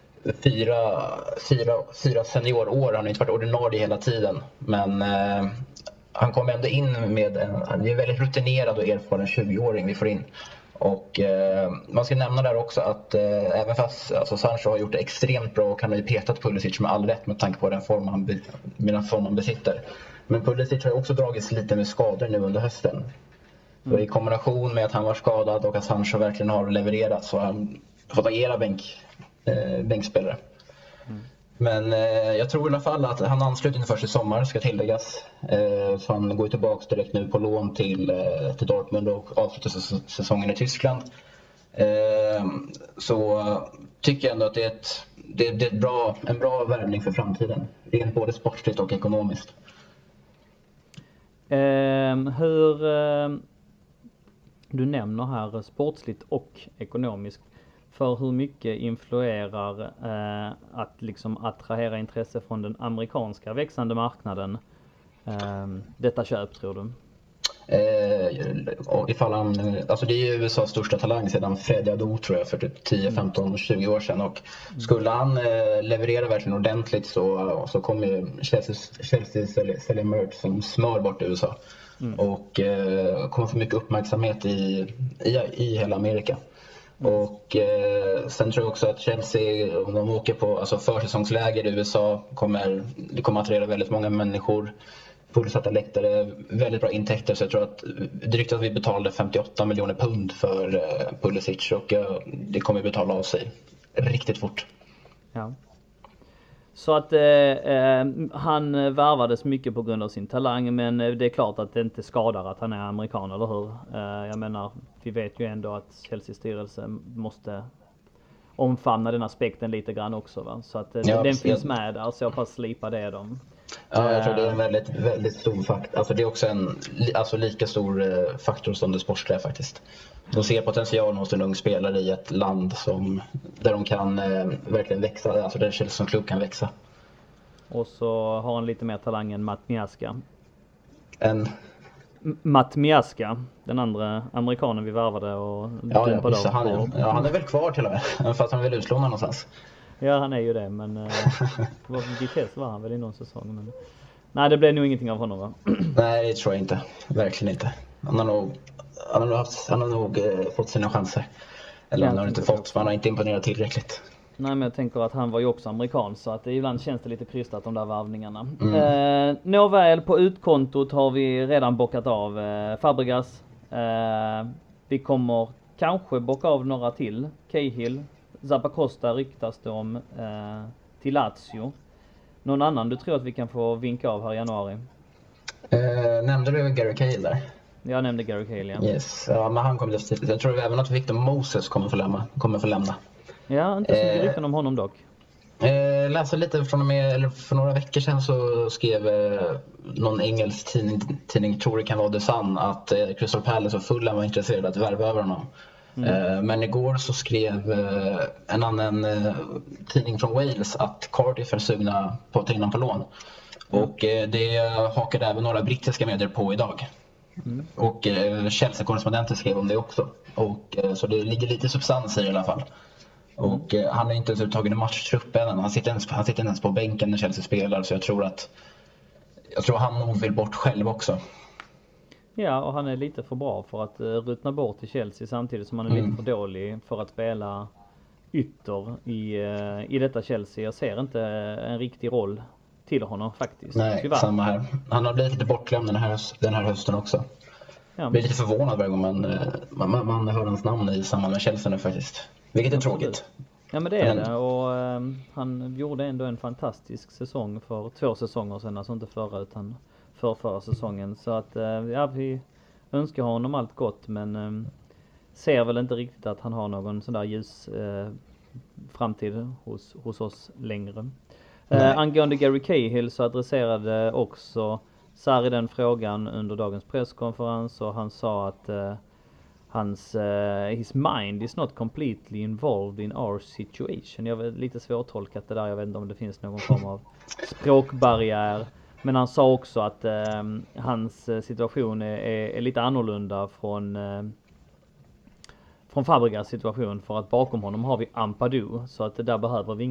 fyra seniorår. Han har inte varit ordinarie hela tiden, men han kom ändå in med han är väldigt rutinerad och erfaren 20-åring vi får in. Och man ska nämna där också att även fast alltså Sancho har gjort det extremt bra och han har ju petat Pulisic med all rätt med tanke på den form han besitter. Men Pulisic har ju också dragits lite med skador nu under hösten. Så i kombination med att han var skadad och att Sancho verkligen har levererat så har han fått agera bänkspelare. Men jag tror i alla fall att han ansluter först i sommar, ska tilläggas. Så han går tillbaka direkt nu på lån till Dortmund och avslutar säsongen i Tyskland. Så tycker jag ändå att det är en bra värvning för framtiden. Rent både sportsligt och ekonomiskt. Du nämner här sportsligt och ekonomiskt. För hur mycket influerar att liksom attrahera intresse från den amerikanska växande marknaden detta köp, tror du? Alltså det är ju USAs största talang sedan Fred Adu, tror jag, för typ 10, 15, 20 år sedan. Och skulle han leverera verkligen ordentligt så kommer ju Chelsea sälja merch som smör bort i USA. Och kommer få mycket uppmärksamhet i hela Amerika. Och sen tror jag också att Chelsea, om de åker på försäsongsläger i USA, kommer attrahera väldigt många människor, fullsatta läktare, väldigt bra intäkter. Så jag tror att drygt att vi betalade 58 miljoner pund för Pulisic, och det kommer betala av sig riktigt fort. Ja. Så att han värvades mycket på grund av sin talang, men det är klart att det inte skadar att han är amerikan, eller hur? Jag menar, vi vet ju ändå att Chelseas styrelse måste omfamna den aspekten lite grann också, va? Så att den finns med där, så jag bara slipa det de. Ja, jag tror det är en väldigt, väldigt stor faktor. Alltså det är också en lika stor faktor som det sportsliga faktiskt. De ser potential hos en ung spelare i ett land där de kan verkligen växa, alltså där Chelsea som klubb kan växa. Och så har han lite mer talang än Matt Miazga. Matt Miazga, den andra amerikanen vi värvade och dumpade av. Han är väl kvar till och med, fast han vill utlåna någonstans. Ja, han är ju det, men Vitesse var han väl i någon säsong. Men nej, det blev nog ingenting av honom, va? Nej, det tror jag inte. Verkligen inte. Han har nog fått sina chanser. Eller han har inte fått, för han har inte imponerat tillräckligt. Nej, men jag tänker att han var ju också amerikan, så att ibland känns det lite krystat, de där varvningarna. Nåväl, på utkontot har vi redan bockat av Fabregas. Vi kommer kanske bocka av några till. Cahill, Zappacosta ryktas det om till Lazio. Någon annan du tror att vi kan få vinka av här i januari? Nämnde du Gary Cahill där? Jag nämnde Gary Cahill, ja. Yes, ja, men han kommer definitivt. Jag tror även att Victor Moses kommer få lämna. Ja, inte så mycket rykten om honom dock. Läste lite för några veckor sedan så skrev någon engelsk tidning, tror det kan vara The Sun, att Crystal Palace och Fulham var intresserade att värva över honom. Men igår så skrev en annan tidning från Wales att Cardiff är sugna på att ta in honom på lån. Och det hakade även några brittiska medier på idag. Och Chelsea-korrespondenter skrev om det också. Och så det ligger lite substans i alla fall. Och han är inte ens uttagen i matchtruppen. Han sitter inte ens på bänken när Chelsea spelar. Så jag tror han nog vill bort själv också. Ja, och han är lite för bra för att ruttna bort i Chelsea, samtidigt som han är lite för dålig för att spela ytter i detta Chelsea. Jag ser inte en riktig roll till honom faktiskt. Nej, tyvärr. Samma här. Han har blivit lite bortglömd den här hösten också. Jag blir lite förvånad varje gång man hör hans namn i samband med Chelsea nu faktiskt. Vilket är tråkigt. Ja, men det är det. Och han gjorde ändå en fantastisk säsong för 2 säsonger sedan. Alltså inte förra utan förra säsongen. Så att vi önskar honom allt gott, men ser väl inte riktigt att han har någon sån där ljus framtid hos oss längre. Angående Gary Cahill så adresserade också Sarri den frågan under dagens presskonferens, och han sa att his mind is not completely involved in our situation. Jag vet, lite svårtolkat det där, jag vet inte om det finns någon form av språkbarriär. Men han sa också att hans situation är lite annorlunda från Fabregas situation, för att bakom honom har vi Ampadu, så att där behöver vi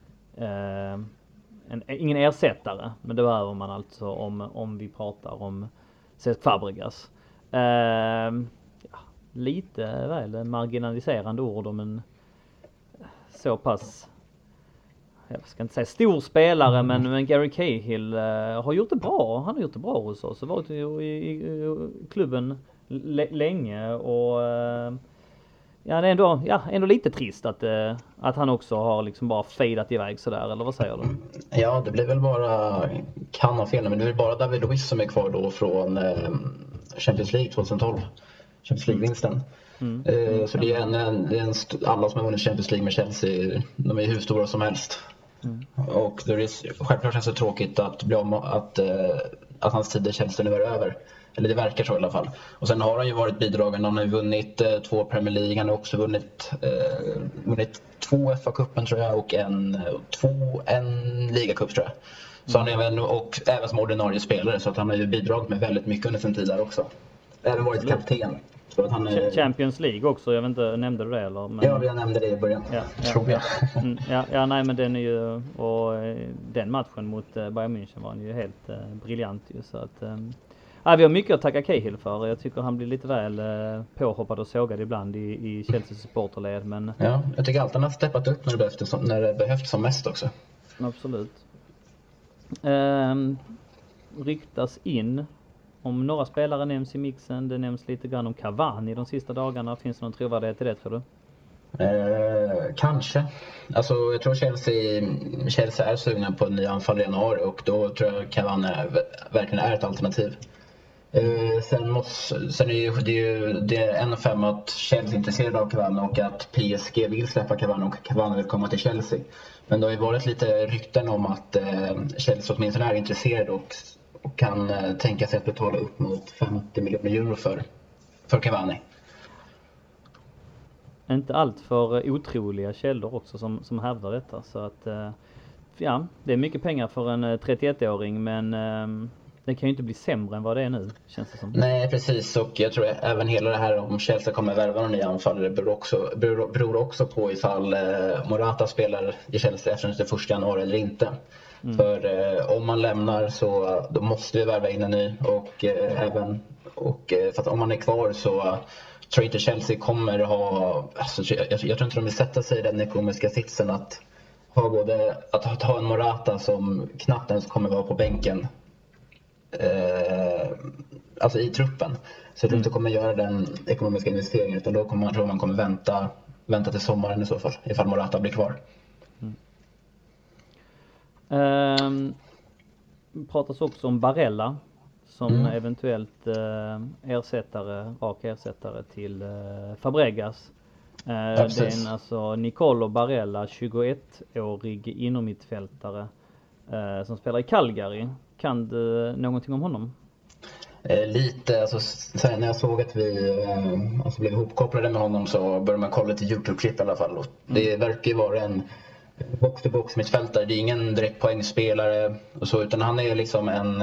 ingen ersättare, men det behöver man alltså om vi pratar om Cesc Fabregas. lite väl marginaliserande ord om en så pass, jag ska inte säga stor spelare, men Gary Cahill har gjort det bra. Han har gjort det bra hos oss. Han har varit i klubben länge och ja, det är ändå lite trist att han också har liksom bara fejdat iväg sådär, eller vad säger du? Ja, det blir väl bara, kan ha fel, men det är väl bara David Luiz som är kvar då från Champions League 2012. Champions League-vinsten. Så det är alla som har vunnit Champions League med Chelsea, de är hur stora som helst. Och det är självklart känns det tråkigt att bli om att hans tid i Chelsea nu är över. Eller det verkar så i alla fall. Och sen har han ju varit bidragande. Han har ju vunnit 2 Premier League. Han har också vunnit 2 FA-cupen tror jag. Och en ligacup tror jag. Så han är även som ordinarie spelare. Så att han har ju bidragit med väldigt mycket under sin tid där också. Även varit kapten. Så att han är... Champions League också, jag vet inte, nämnde du det eller? Men... Ja, jag nämnde det i början, tror jag. Ja, nej men den är ju, och den matchen mot Bayern München var ju helt briljant ju, så att vi har mycket att tacka Cahill för. Jag tycker han blir lite väl påhoppad och sågad ibland i Chelsea supporterled, men... Ja, jag tycker alltid han har steppat upp när det behövs som mest också. Absolut. Ryktas in om några spelare nämns i mixen. Det nämns lite grann om Cavani de sista dagarna. Finns det någon trovärdighet i det, tror du? Kanske. Alltså, jag tror Chelsea är sugna på en ny anfall i januari, och då tror jag Cavani verkligen är ett alternativ. Sen är det är en fem att Chelsea är intresserad av Cavani och att PSG vill släppa Cavani och Cavani vill komma till Chelsea. Men det har ju varit lite rykten om att Chelsea åtminstone är intresserad och kan tänka sig att betala upp mot 50 miljoner euro för Cavani. Inte allt för otroliga källor också som hävdar detta. Så att ja, det är mycket pengar för en 31-åring, men det kan ju inte bli sämre än vad det är nu, känns det som. Nej, precis. Och jag tror även hela det här om Chelsea kommer värva någon ny anfallare beror också på ifall Morata spelar i Chelsea efter den 1 januari eller inte. För om man lämnar så då måste vi värva in en ny, för att om man är kvar så tror jag inte Chelsea kommer ha, alltså, jag tror inte de vill sätta sig i den ekonomiska sitsen att ha en Morata som knappt ens kommer vara på bänken, alltså i truppen. Så jag tror inte kommer göra den ekonomiska investeringen, utan då tror man kommer vänta till sommaren i så fall, ifall Morata blir kvar. Pratas också om Barella som eventuellt rak ersättare till Fabregas. Det är alltså Nicolo Barella, 21-årig innermittfältare som spelar i Calgary. Kan du någonting om honom? Lite, alltså när jag såg att vi blev ihopkopplade med honom så började man kolla lite YouTube-klipp i alla fall. Och det verkar ju vara en box-to-box mittfältare. Det är ingen direkt poängspelare och så, utan han är liksom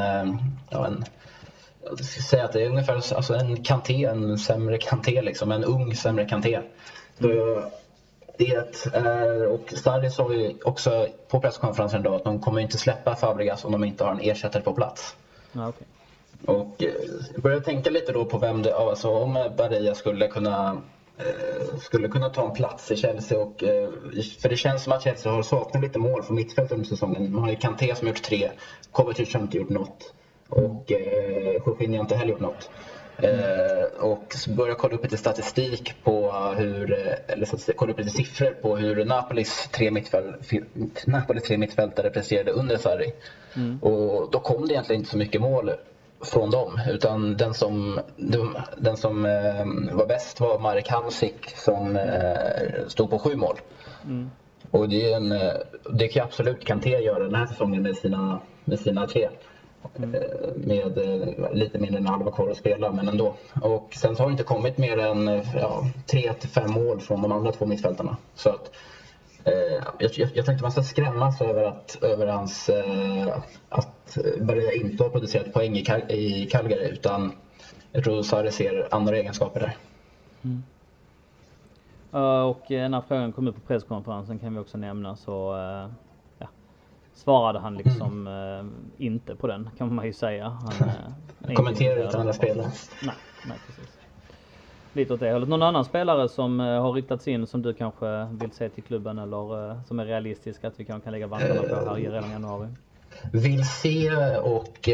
jag ska säga att det är ungefär alltså en Kanté, en sämre Kanté liksom, en ung sämre Kanté. Så det är, och Sarri sa ju också på presskonferensen då att de kommer inte släppa Fabregas om de inte har en ersättare på plats. Ja, okay. Och jag började tänka lite då på vem alltså om Barella skulle kunna ta en plats i Chelsea, och för det känns som att Chelsea har saknat lite mål från mittfältet under säsongen. Man har ju Kanté som har gjort 3, Kovacic har inte gjort något och Jorginho har inte heller gjort något. Och så började jag kolla upp lite statistik på kolla upp lite siffror på hur Napolis tre mittfältare presterade under Sarri. Och då kom det egentligen inte så mycket mål från dem, utan den som var bäst var Marek Hamsik som stod på 7 mål. Och det kan absolut Kanté göra den här säsongen med sina 3. Med lite mindre än halva kvar att spela, men ändå. Och sen så har det inte kommit mer än 3-5 mål från de andra 2 mittfältarna. Så att jag tänkte man ska skrämmas över hans att Barella inte har producerat poäng i Calgary, utan jag tror Sarri ser andra egenskaper där. Och när frågan kom upp på presskonferensen kan vi också nämna så svarade han liksom inte på den, kan man ju säga. Han kommenterar utan alla spelare. Nej, precis. lite åt det hållet. Någon annan spelare som har ryktats in som du kanske vill se till klubben eller som är realistisk att vi kan lägga vantarna på här i redan januari? Vill se och,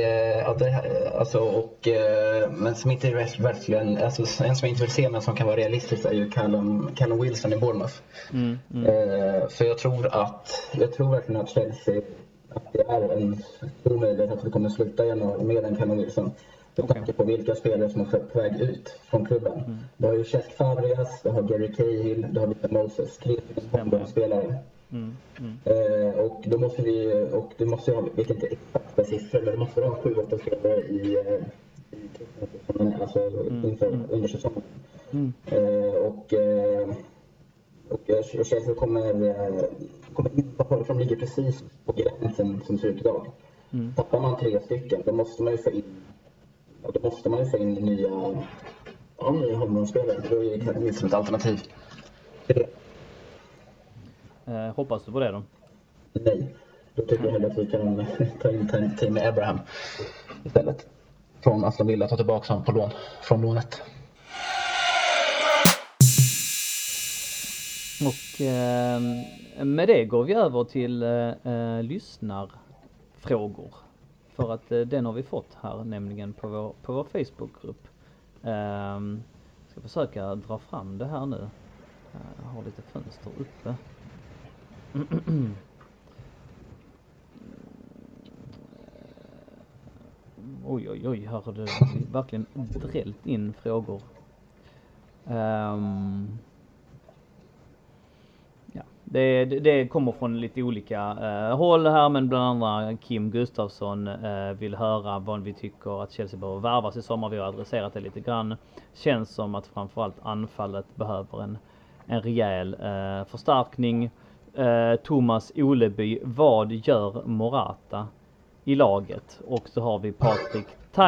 men som inte är verkligen, alltså en som jag inte vill se men som kan vara realistisk är ju Callum Wilson i Bournemouth. För jag tror verkligen att Chelsea, att det är en stor möjlighet att vi kommer sluta januari med en Callum Wilson. Med tanke på vilka spelare som är på väg ut från klubben. Du har ju Cesc Fabregas, du har Gary Cahill, du har Victor Moses, 3 spelare. Och då måste vi, och det måste jag, vilket inte är exakta siffror, men det måste vara 7-8 spelare i alltså under säsongen. Och Chelsea kommer in på håll som ligger precis på gränsen som ser ut idag. Tappar man 3 stycken, då måste man ju få in nya hållmålsspelare. Då är det minst som ett alternativ till det. Hoppas du på det då? Nej, då tycker jag att vi kan ta in Tammy Abraham istället. Från Aston Villa, ta tillbaka honom på lån, från lånet. Och med det går vi över till lyssnarfrågor. För att den har vi fått här nämligen på vår Facebookgrupp. Ska försöka dra fram det här nu. Jag har lite fönster uppe. Oj, här har det verkligen drällt in frågor. Ja, det kommer från lite olika håll här, men bland andra Kim Gustafsson vill höra vad vi tycker att Chelsea behöver värvas i sommar. Vi har adresserat det lite grann. Känns som att framförallt anfallet behöver en rejäl förstärkning. Thomas Oleby, vad gör Morata i laget? Och så har vi Patrik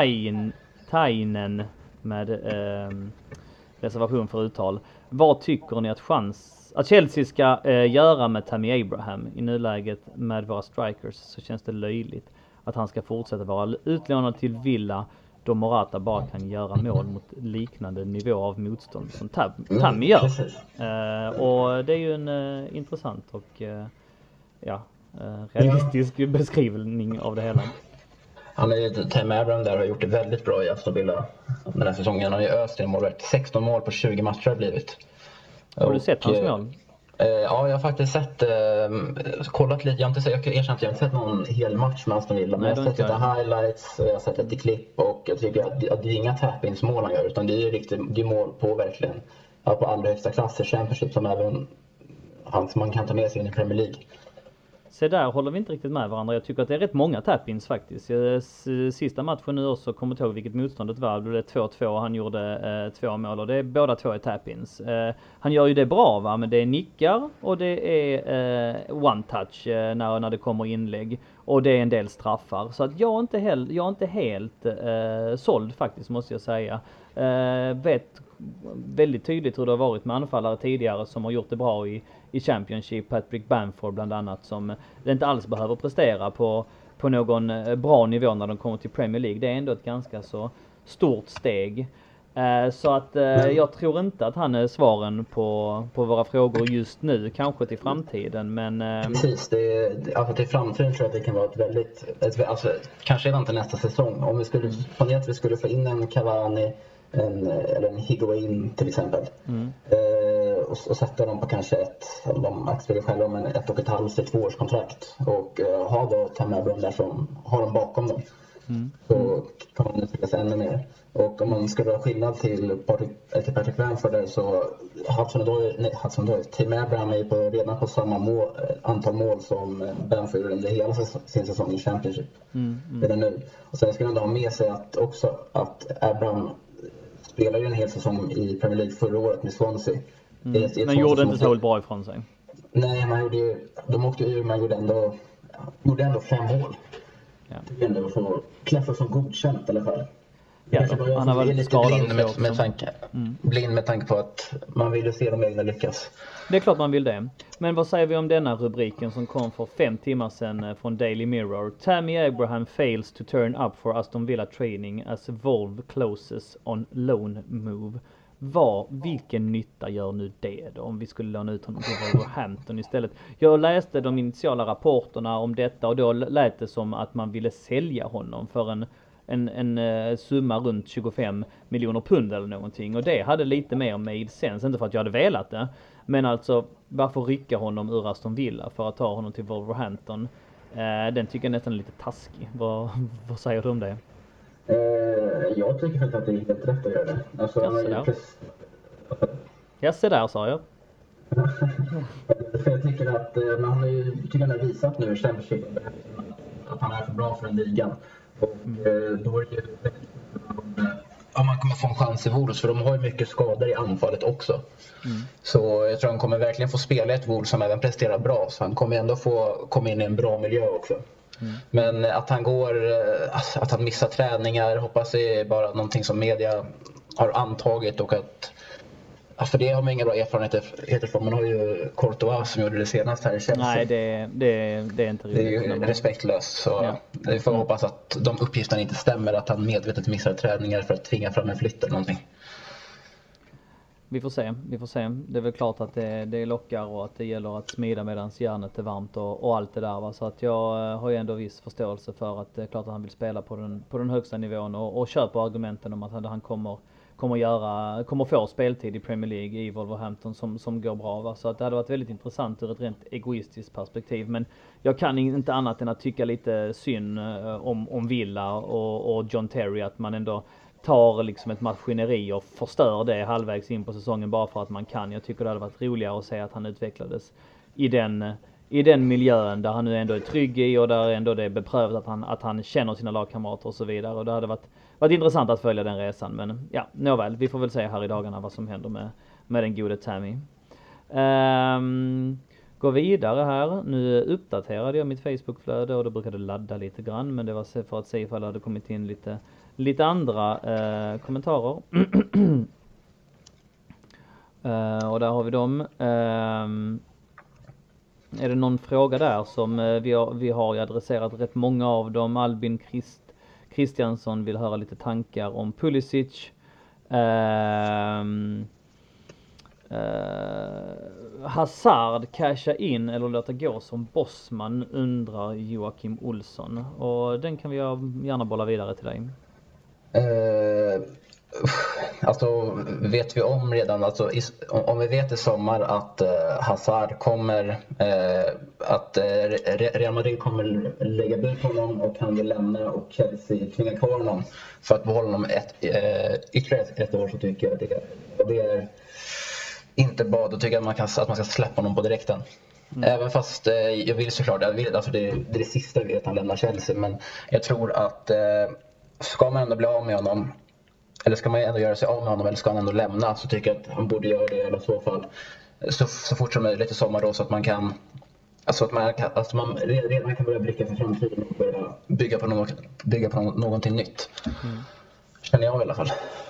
Tainen med reservation för uttal. Vad tycker ni att Chelsea ska göra med Tammy Abraham? I nuläget med våra strikers så känns det löjligt att han ska fortsätta vara utlånad till Villa då Morata bara kan göra mål mot liknande nivå av motstånd som Tammy gör. Och det är ju en intressant och realistisk beskrivning av det hela. Tammy Abraham där har gjort det väldigt bra i Aston Villa den här säsongen. Han har ju öst in målvärd. 16 mål på 20 matcher har blivit. Har du sett hans mål? Ja, jag har faktiskt kollat lite. Jag har inte sett någon hel match med Aston Villa. Men jag har sett lite highlights, jag har sett lite klipp och jag tycker att det är inga tap-ins mål han gör. Utan det är mål på verkligen på allra högsta klass i Championship som även man kan ta med sig in i Premier League. Så där håller vi inte riktigt med varandra. Jag tycker att det är rätt många tap-ins faktiskt. Sista matchen nu också kommer jag ihåg vilket motståndet var. Det är 2-2 han gjorde 2 mål och det är båda 2 är tap-ins. Han gör ju det bra va, men det är nickar och det är one touch när det kommer inlägg. Och det är en del straffar. Så att jag är inte helt såld faktiskt måste jag säga. Vet väldigt tydligt hur det har varit med anfallare tidigare som har gjort det bra i Championship. Patrick Bamford bland annat som det inte alls behöver prestera på någon bra nivå när de kommer till Premier League. Det är ändå ett ganska så stort steg. Så att jag tror inte att han är svaren på våra frågor just nu, kanske till framtiden, men precis, till framtiden tror jag att det kan vara ett väldigt kanske redan till nästa säsong. Om vi skulle planera att vi skulle få in en Cavani eller en Higuain till exempel och sätta dem på kanske de aktuella själva om 1,5 till 2 års kontrakt och ha då Tammy Abraham där som har dem bakom dem. Så kan man utvecklas ännu mer. Och om man skulle ha skillnad till Patrick Bamford där så Tammy Abraham är redan på samma antal mål som Bamford under hela sin säsong i Championship redan nu. Och sen ska man ha med sig att Abraham spelade ju en hel säsong i Premier League förra året med Swansea. Men gjorde inte så bra ifrån sig. Nej, de åkte ur, man gjorde ändå 5 mål. Ja. Det är ändå för klaffa som godkänt i alla fall. Ja, han har varit blind med tanke på att man vill ju se de egna lyckas. Det är klart man vill det. Men vad säger vi om denna rubriken som kom för 5 timmar sedan från Daily Mirror? Tammy Abraham fails to turn up for Aston Villa training as Volve closes on loan move. vilken nytta gör nu det då, om vi skulle låna ut honom till Wolverhampton istället? Jag läste de initiala rapporterna om detta och då lät det som att man ville sälja honom för en summa runt 25 miljoner pund eller någonting, och det hade lite mer made sense, inte för att jag hade velat det, men alltså varför rycka honom ur Aston Villa för att ta honom till Wolverhampton? Den tycker jag nästan är lite taskig. Vad säger du om det? Jag tycker faktiskt att det är helt rätt att göra det. Alltså, se där sa jag. För jag tycker att han har visat nu i Championship att han är för bra för den ligan. Och då är det ju om man kommer få en chans i Wolves, för de har ju mycket skador i anfallet också. Så jag tror han kommer verkligen få spela i ett Wolves som även presterar bra, så han kommer ändå få komma in i en bra miljö också. Men att han missar träningar hoppas jag är bara någonting som media har antagit, och att för det har man inga bra erfarenheter från. Man har ju Courtois som gjorde det senast här i Chelsea. Nej, det är inte riktigt. Det är ju respektlöst. Så vi får hoppas att de uppgifterna inte stämmer, att han medvetet missar träningar för att tvinga fram en flytt eller någonting. Vi får se. Det är väl klart att det lockar och att det gäller att smida medan järnet är varmt och allt det där. Va? Så att jag har ju ändå viss förståelse för att det är klart att han vill spela på den högsta nivån och köper argumenten om att han kommer få speltid i Premier League i Wolverhampton som går bra. Va? Så att det hade varit väldigt intressant ur ett rent egoistiskt perspektiv. Men jag kan inte annat än att tycka lite synd om Villa och John Terry, att man ändå tar liksom ett maskineri och förstör det halvvägs in på säsongen bara för att man kan. Jag tycker det hade varit roligare att se att han utvecklades i den miljön där han nu ändå är trygg i, och där ändå det är beprövat att han känner sina lagkamrater och så vidare. Och det hade varit intressant att följa den resan. Men ja, nåväl, vi får väl se här i dagarna vad som händer med den gode Tammy. Gå vidare här. Nu uppdaterade jag mitt Facebook-flöde och då brukade det ladda lite grann, men det var för att se ifall det hade kommit in lite andra kommentarer. Och där har vi dem. Är det någon fråga där som vi har adresserat rätt många av dem. Albin Kristiansson vill höra lite tankar om Pulisic. Hazard casha in eller låta gå som bossman, undrar Joakim Olsson. Och den kan vi gärna bolla vidare till dig. Alltså vet vi om redan, alltså, om vi vet i sommar att Hazard kommer, att Real Madrid kommer lägga bud på honom och han vill lämna och Chelsea tvingar kvar honom för att behålla honom ytterligare ett år, så tycker jag det är inte bra. Då tycker jag att man ska släppa honom på direkten. Även fast jag vill såklart, alltså det är det sista vi vet att han lämnar Chelsea, men jag tror att ska man ändå bli av med honom, eller ska man ändå göra sig av med honom, eller ska han ändå lämna, så tycker jag att han borde göra det i alla fall så fort som möjligt i sommar då, så att man kan, alltså att man redan kan börja blicka för framtiden och börja bygga på någonting nytt. Känner jag i alla fall.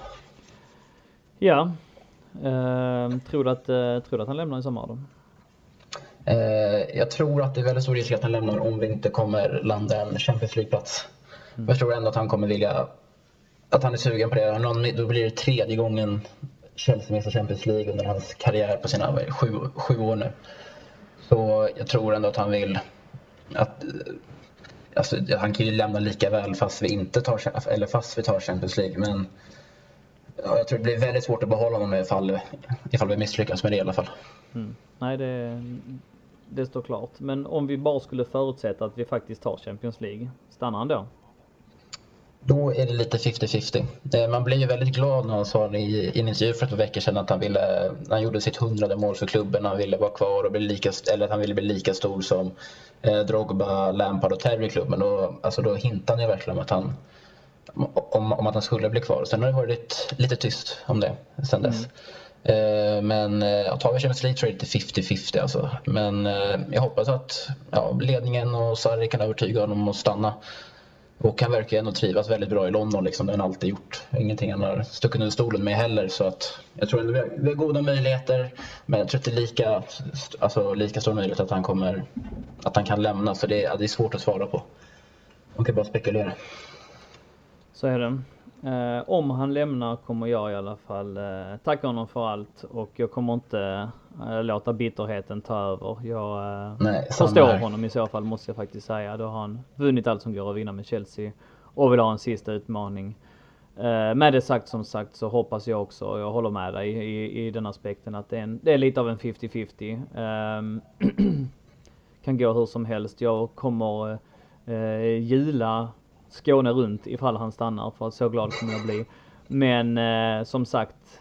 Ja. Tror du att han lämnar i sommar då? Jag tror att det är väldigt stor risk att han lämnar om vi inte kommer landa en Champions League-plats. Jag tror ändå att han kommer vilja, att han är sugen på det. Då blir det 3:e gången Chelsea missar Champions League under hans karriär på sina 7 år nu. Så jag tror ändå att han vill att, alltså, han kan ju lämna lika väl fast vi tar Champions League, men jag tror det blir väldigt svårt att behålla honom ifall vi misslyckas med det i alla fall. Nej, det står klart. Men om vi bara skulle förutsätta att vi faktiskt tar Champions League, stannar han då? Då är det lite 50-50. Man blir ju väldigt glad när han sa i en intervju för ett par veckor sedan att han gjorde sitt 100:e mål för klubben. Han ville vara kvar och att han ville bli lika stor som Drogba, Lampard och Terry i klubben. Då hintade han verkligen om att han skulle bli kvar. Sen har det varit lite tyst om det sen dess. Men tar vi Champions League tror jag det är 50-50 alltså. Men jag hoppas att ledningen och Sarri kan övertyga honom att stanna. Och han verkar ändå trivas väldigt bra i London liksom. Det har han alltid gjort. Ingenting han har stuckit under stolen med heller. Så att jag tror ändå vi har goda möjligheter. Men jag tror att det är lika stor möjlighet att han kan lämna. Så det är svårt att svara på. Man kan bara spekulera. Så är det. Om han lämnar kommer jag i alla fall tacka honom för allt. Och jag kommer inte låta bitterheten ta över. Jag förstår honom i så fall, måste jag faktiskt säga. Då har han vunnit allt som går att vinna med Chelsea. Och vill ha en sista utmaning. Med det sagt, som sagt, så hoppas jag också, och jag håller med dig i den aspekten, att det är lite av en 50-50. Kan gå hur som helst. Jag kommer gilla Skåne runt ifall han stannar, för att så glad kommer jag bli. Men som sagt,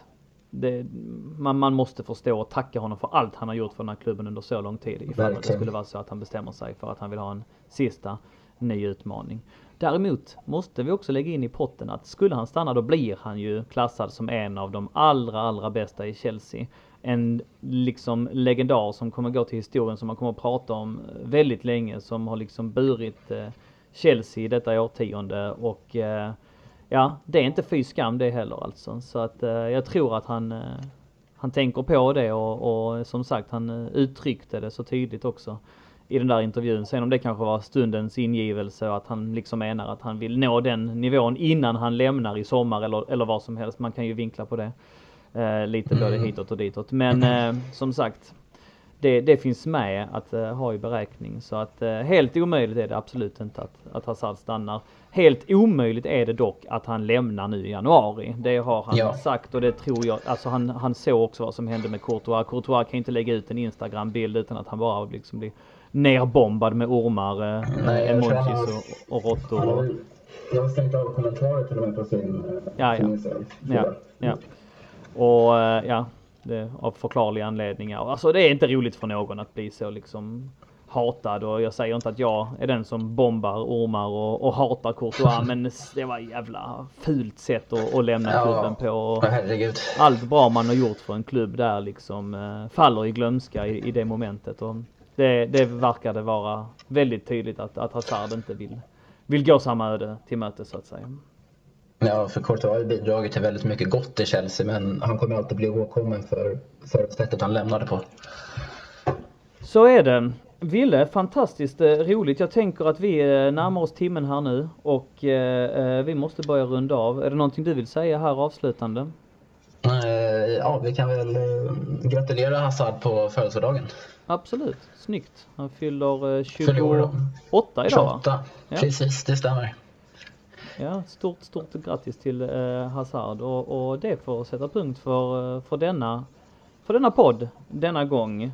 man måste förstå och tacka honom för allt han har gjort för den här klubben under så lång tid. Ifall det skulle vara så att han bestämmer sig för att han vill ha en sista ny utmaning. Däremot måste vi också lägga in i potten att skulle han stanna, då blir han ju klassad som en av de allra bästa i Chelsea. En liksom legendar som kommer gå till historien, som man kommer att prata om väldigt länge, som har liksom burit Chelsea i detta årtionde. Och ja, det är inte fy skam det heller alltså. Så att jag tror att han tänker på det, och som sagt, han uttryckte det så tydligt också i den där intervjun. Sen om det kanske var stundens ingivelse och att han liksom menar att han vill nå den nivån innan han lämnar i sommar eller vad som helst. Man kan ju vinkla på det lite både hitåt och ditåt. Men som sagt, det finns med att ha i beräkning. Så att helt omöjligt är det absolut inte att Hazard stannar. Helt omöjligt är det dock att han lämnar nu i januari. Det har han sagt, och det tror jag. Alltså han såg också vad som hände med Courtois. Courtois kan inte lägga ut en Instagram-bild utan att han bara liksom blir nerbombad med ormar, emojis och råttor. Jag har stängt av kommentarer till och med på sin Ja. Och det av förklarliga anledningar. Alltså det är inte roligt för någon att bli så liksom hatad, och jag säger inte att jag är den som bombar ormar och hatar Courtois, men det var jävla fult sätt att lämna klubben på. Och allt bra man har gjort för en klubb där liksom faller i glömska i det momentet, och det verkade vara väldigt tydligt att Hazard inte vill gå samma öde till möte, så att säga. Ja, för Courtois har bidragit till väldigt mycket gott i Chelsea, men han kommer alltid bli ihågkommen för sättet han lämnade på. Så är det. Ville, fantastiskt roligt. Jag tänker att vi närmar oss timmen här nu, och vi måste börja runda av. Är det någonting du vill säga här avslutande? Ja, vi kan väl gratulera Hazard på födelsedagen. Absolut, snyggt. Han fyller 28 idag, va? 28, ja. Precis, det stämmer. Ja, stort grattis till Hazard, och det får sätta punkt för denna podd denna gång.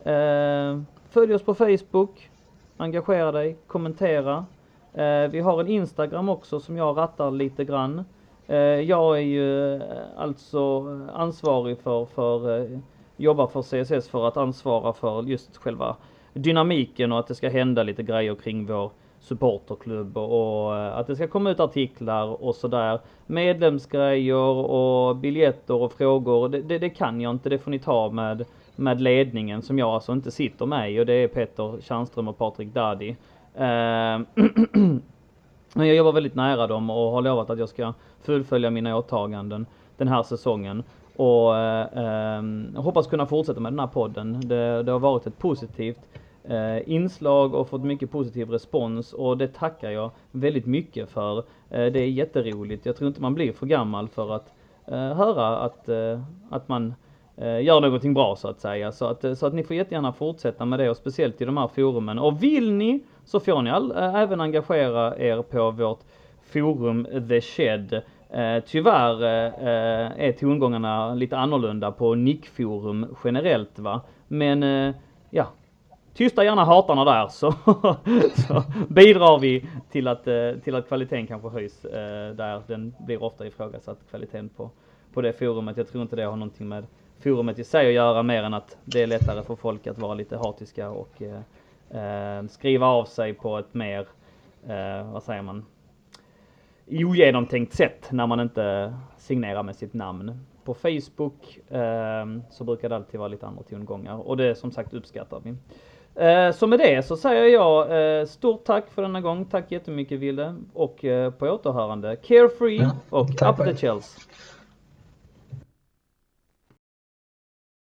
Följ oss på Facebook, engagera dig, kommentera. Vi har en Instagram också som jag rattar lite grann. Jag är ju alltså ansvarig för jobbar för CSS för att ansvara för just själva dynamiken, och att det ska hända lite grejer kring vår supporterklubb, och att det ska komma ut artiklar och sådär, medlemsgrejer och biljetter och frågor. Det kan jag inte, det får ni ta med ledningen, som jag alltså inte sitter med i, och det är Peter Tjärnström och Patrik Dadi. Men jag jobbar väldigt nära dem och har lovat att jag ska fullfölja mina åtaganden den här säsongen, och hoppas kunna fortsätta med den här podden. Det har varit ett positivt inslag och fått mycket positiv respons, och det tackar jag väldigt mycket för. Det är jätteroligt. Jag tror inte man blir för gammal för att höra att man gör någonting bra, så att säga. Så att ni får jättegärna fortsätta med det, och speciellt i de här forumen. Och vill ni, så får ni även engagera er på vårt forum The Shed. Tyvärr är tongångarna lite annorlunda på Nick-forum generellt, va? Men ja, tysta gärna hatarna där, så bidrar vi till att kvaliteten kanske höjs där. Den blir ofta ifrågasatt, kvaliteten på det forumet. Jag tror inte det har någonting med forumet i sig att göra, mer än att det är lättare för folk att vara lite hatiska och skriva av sig på ett mer, vad säger man, ogenomtänkt sätt när man inte signerar med sitt namn. På Facebook så brukar det alltid vara lite andra tongångar, och det som sagt uppskattar vi. Så med det så säger jag stort tack för denna gång. Tack jättemycket, Ville, och på återhörande. Carefree och Up the Chels.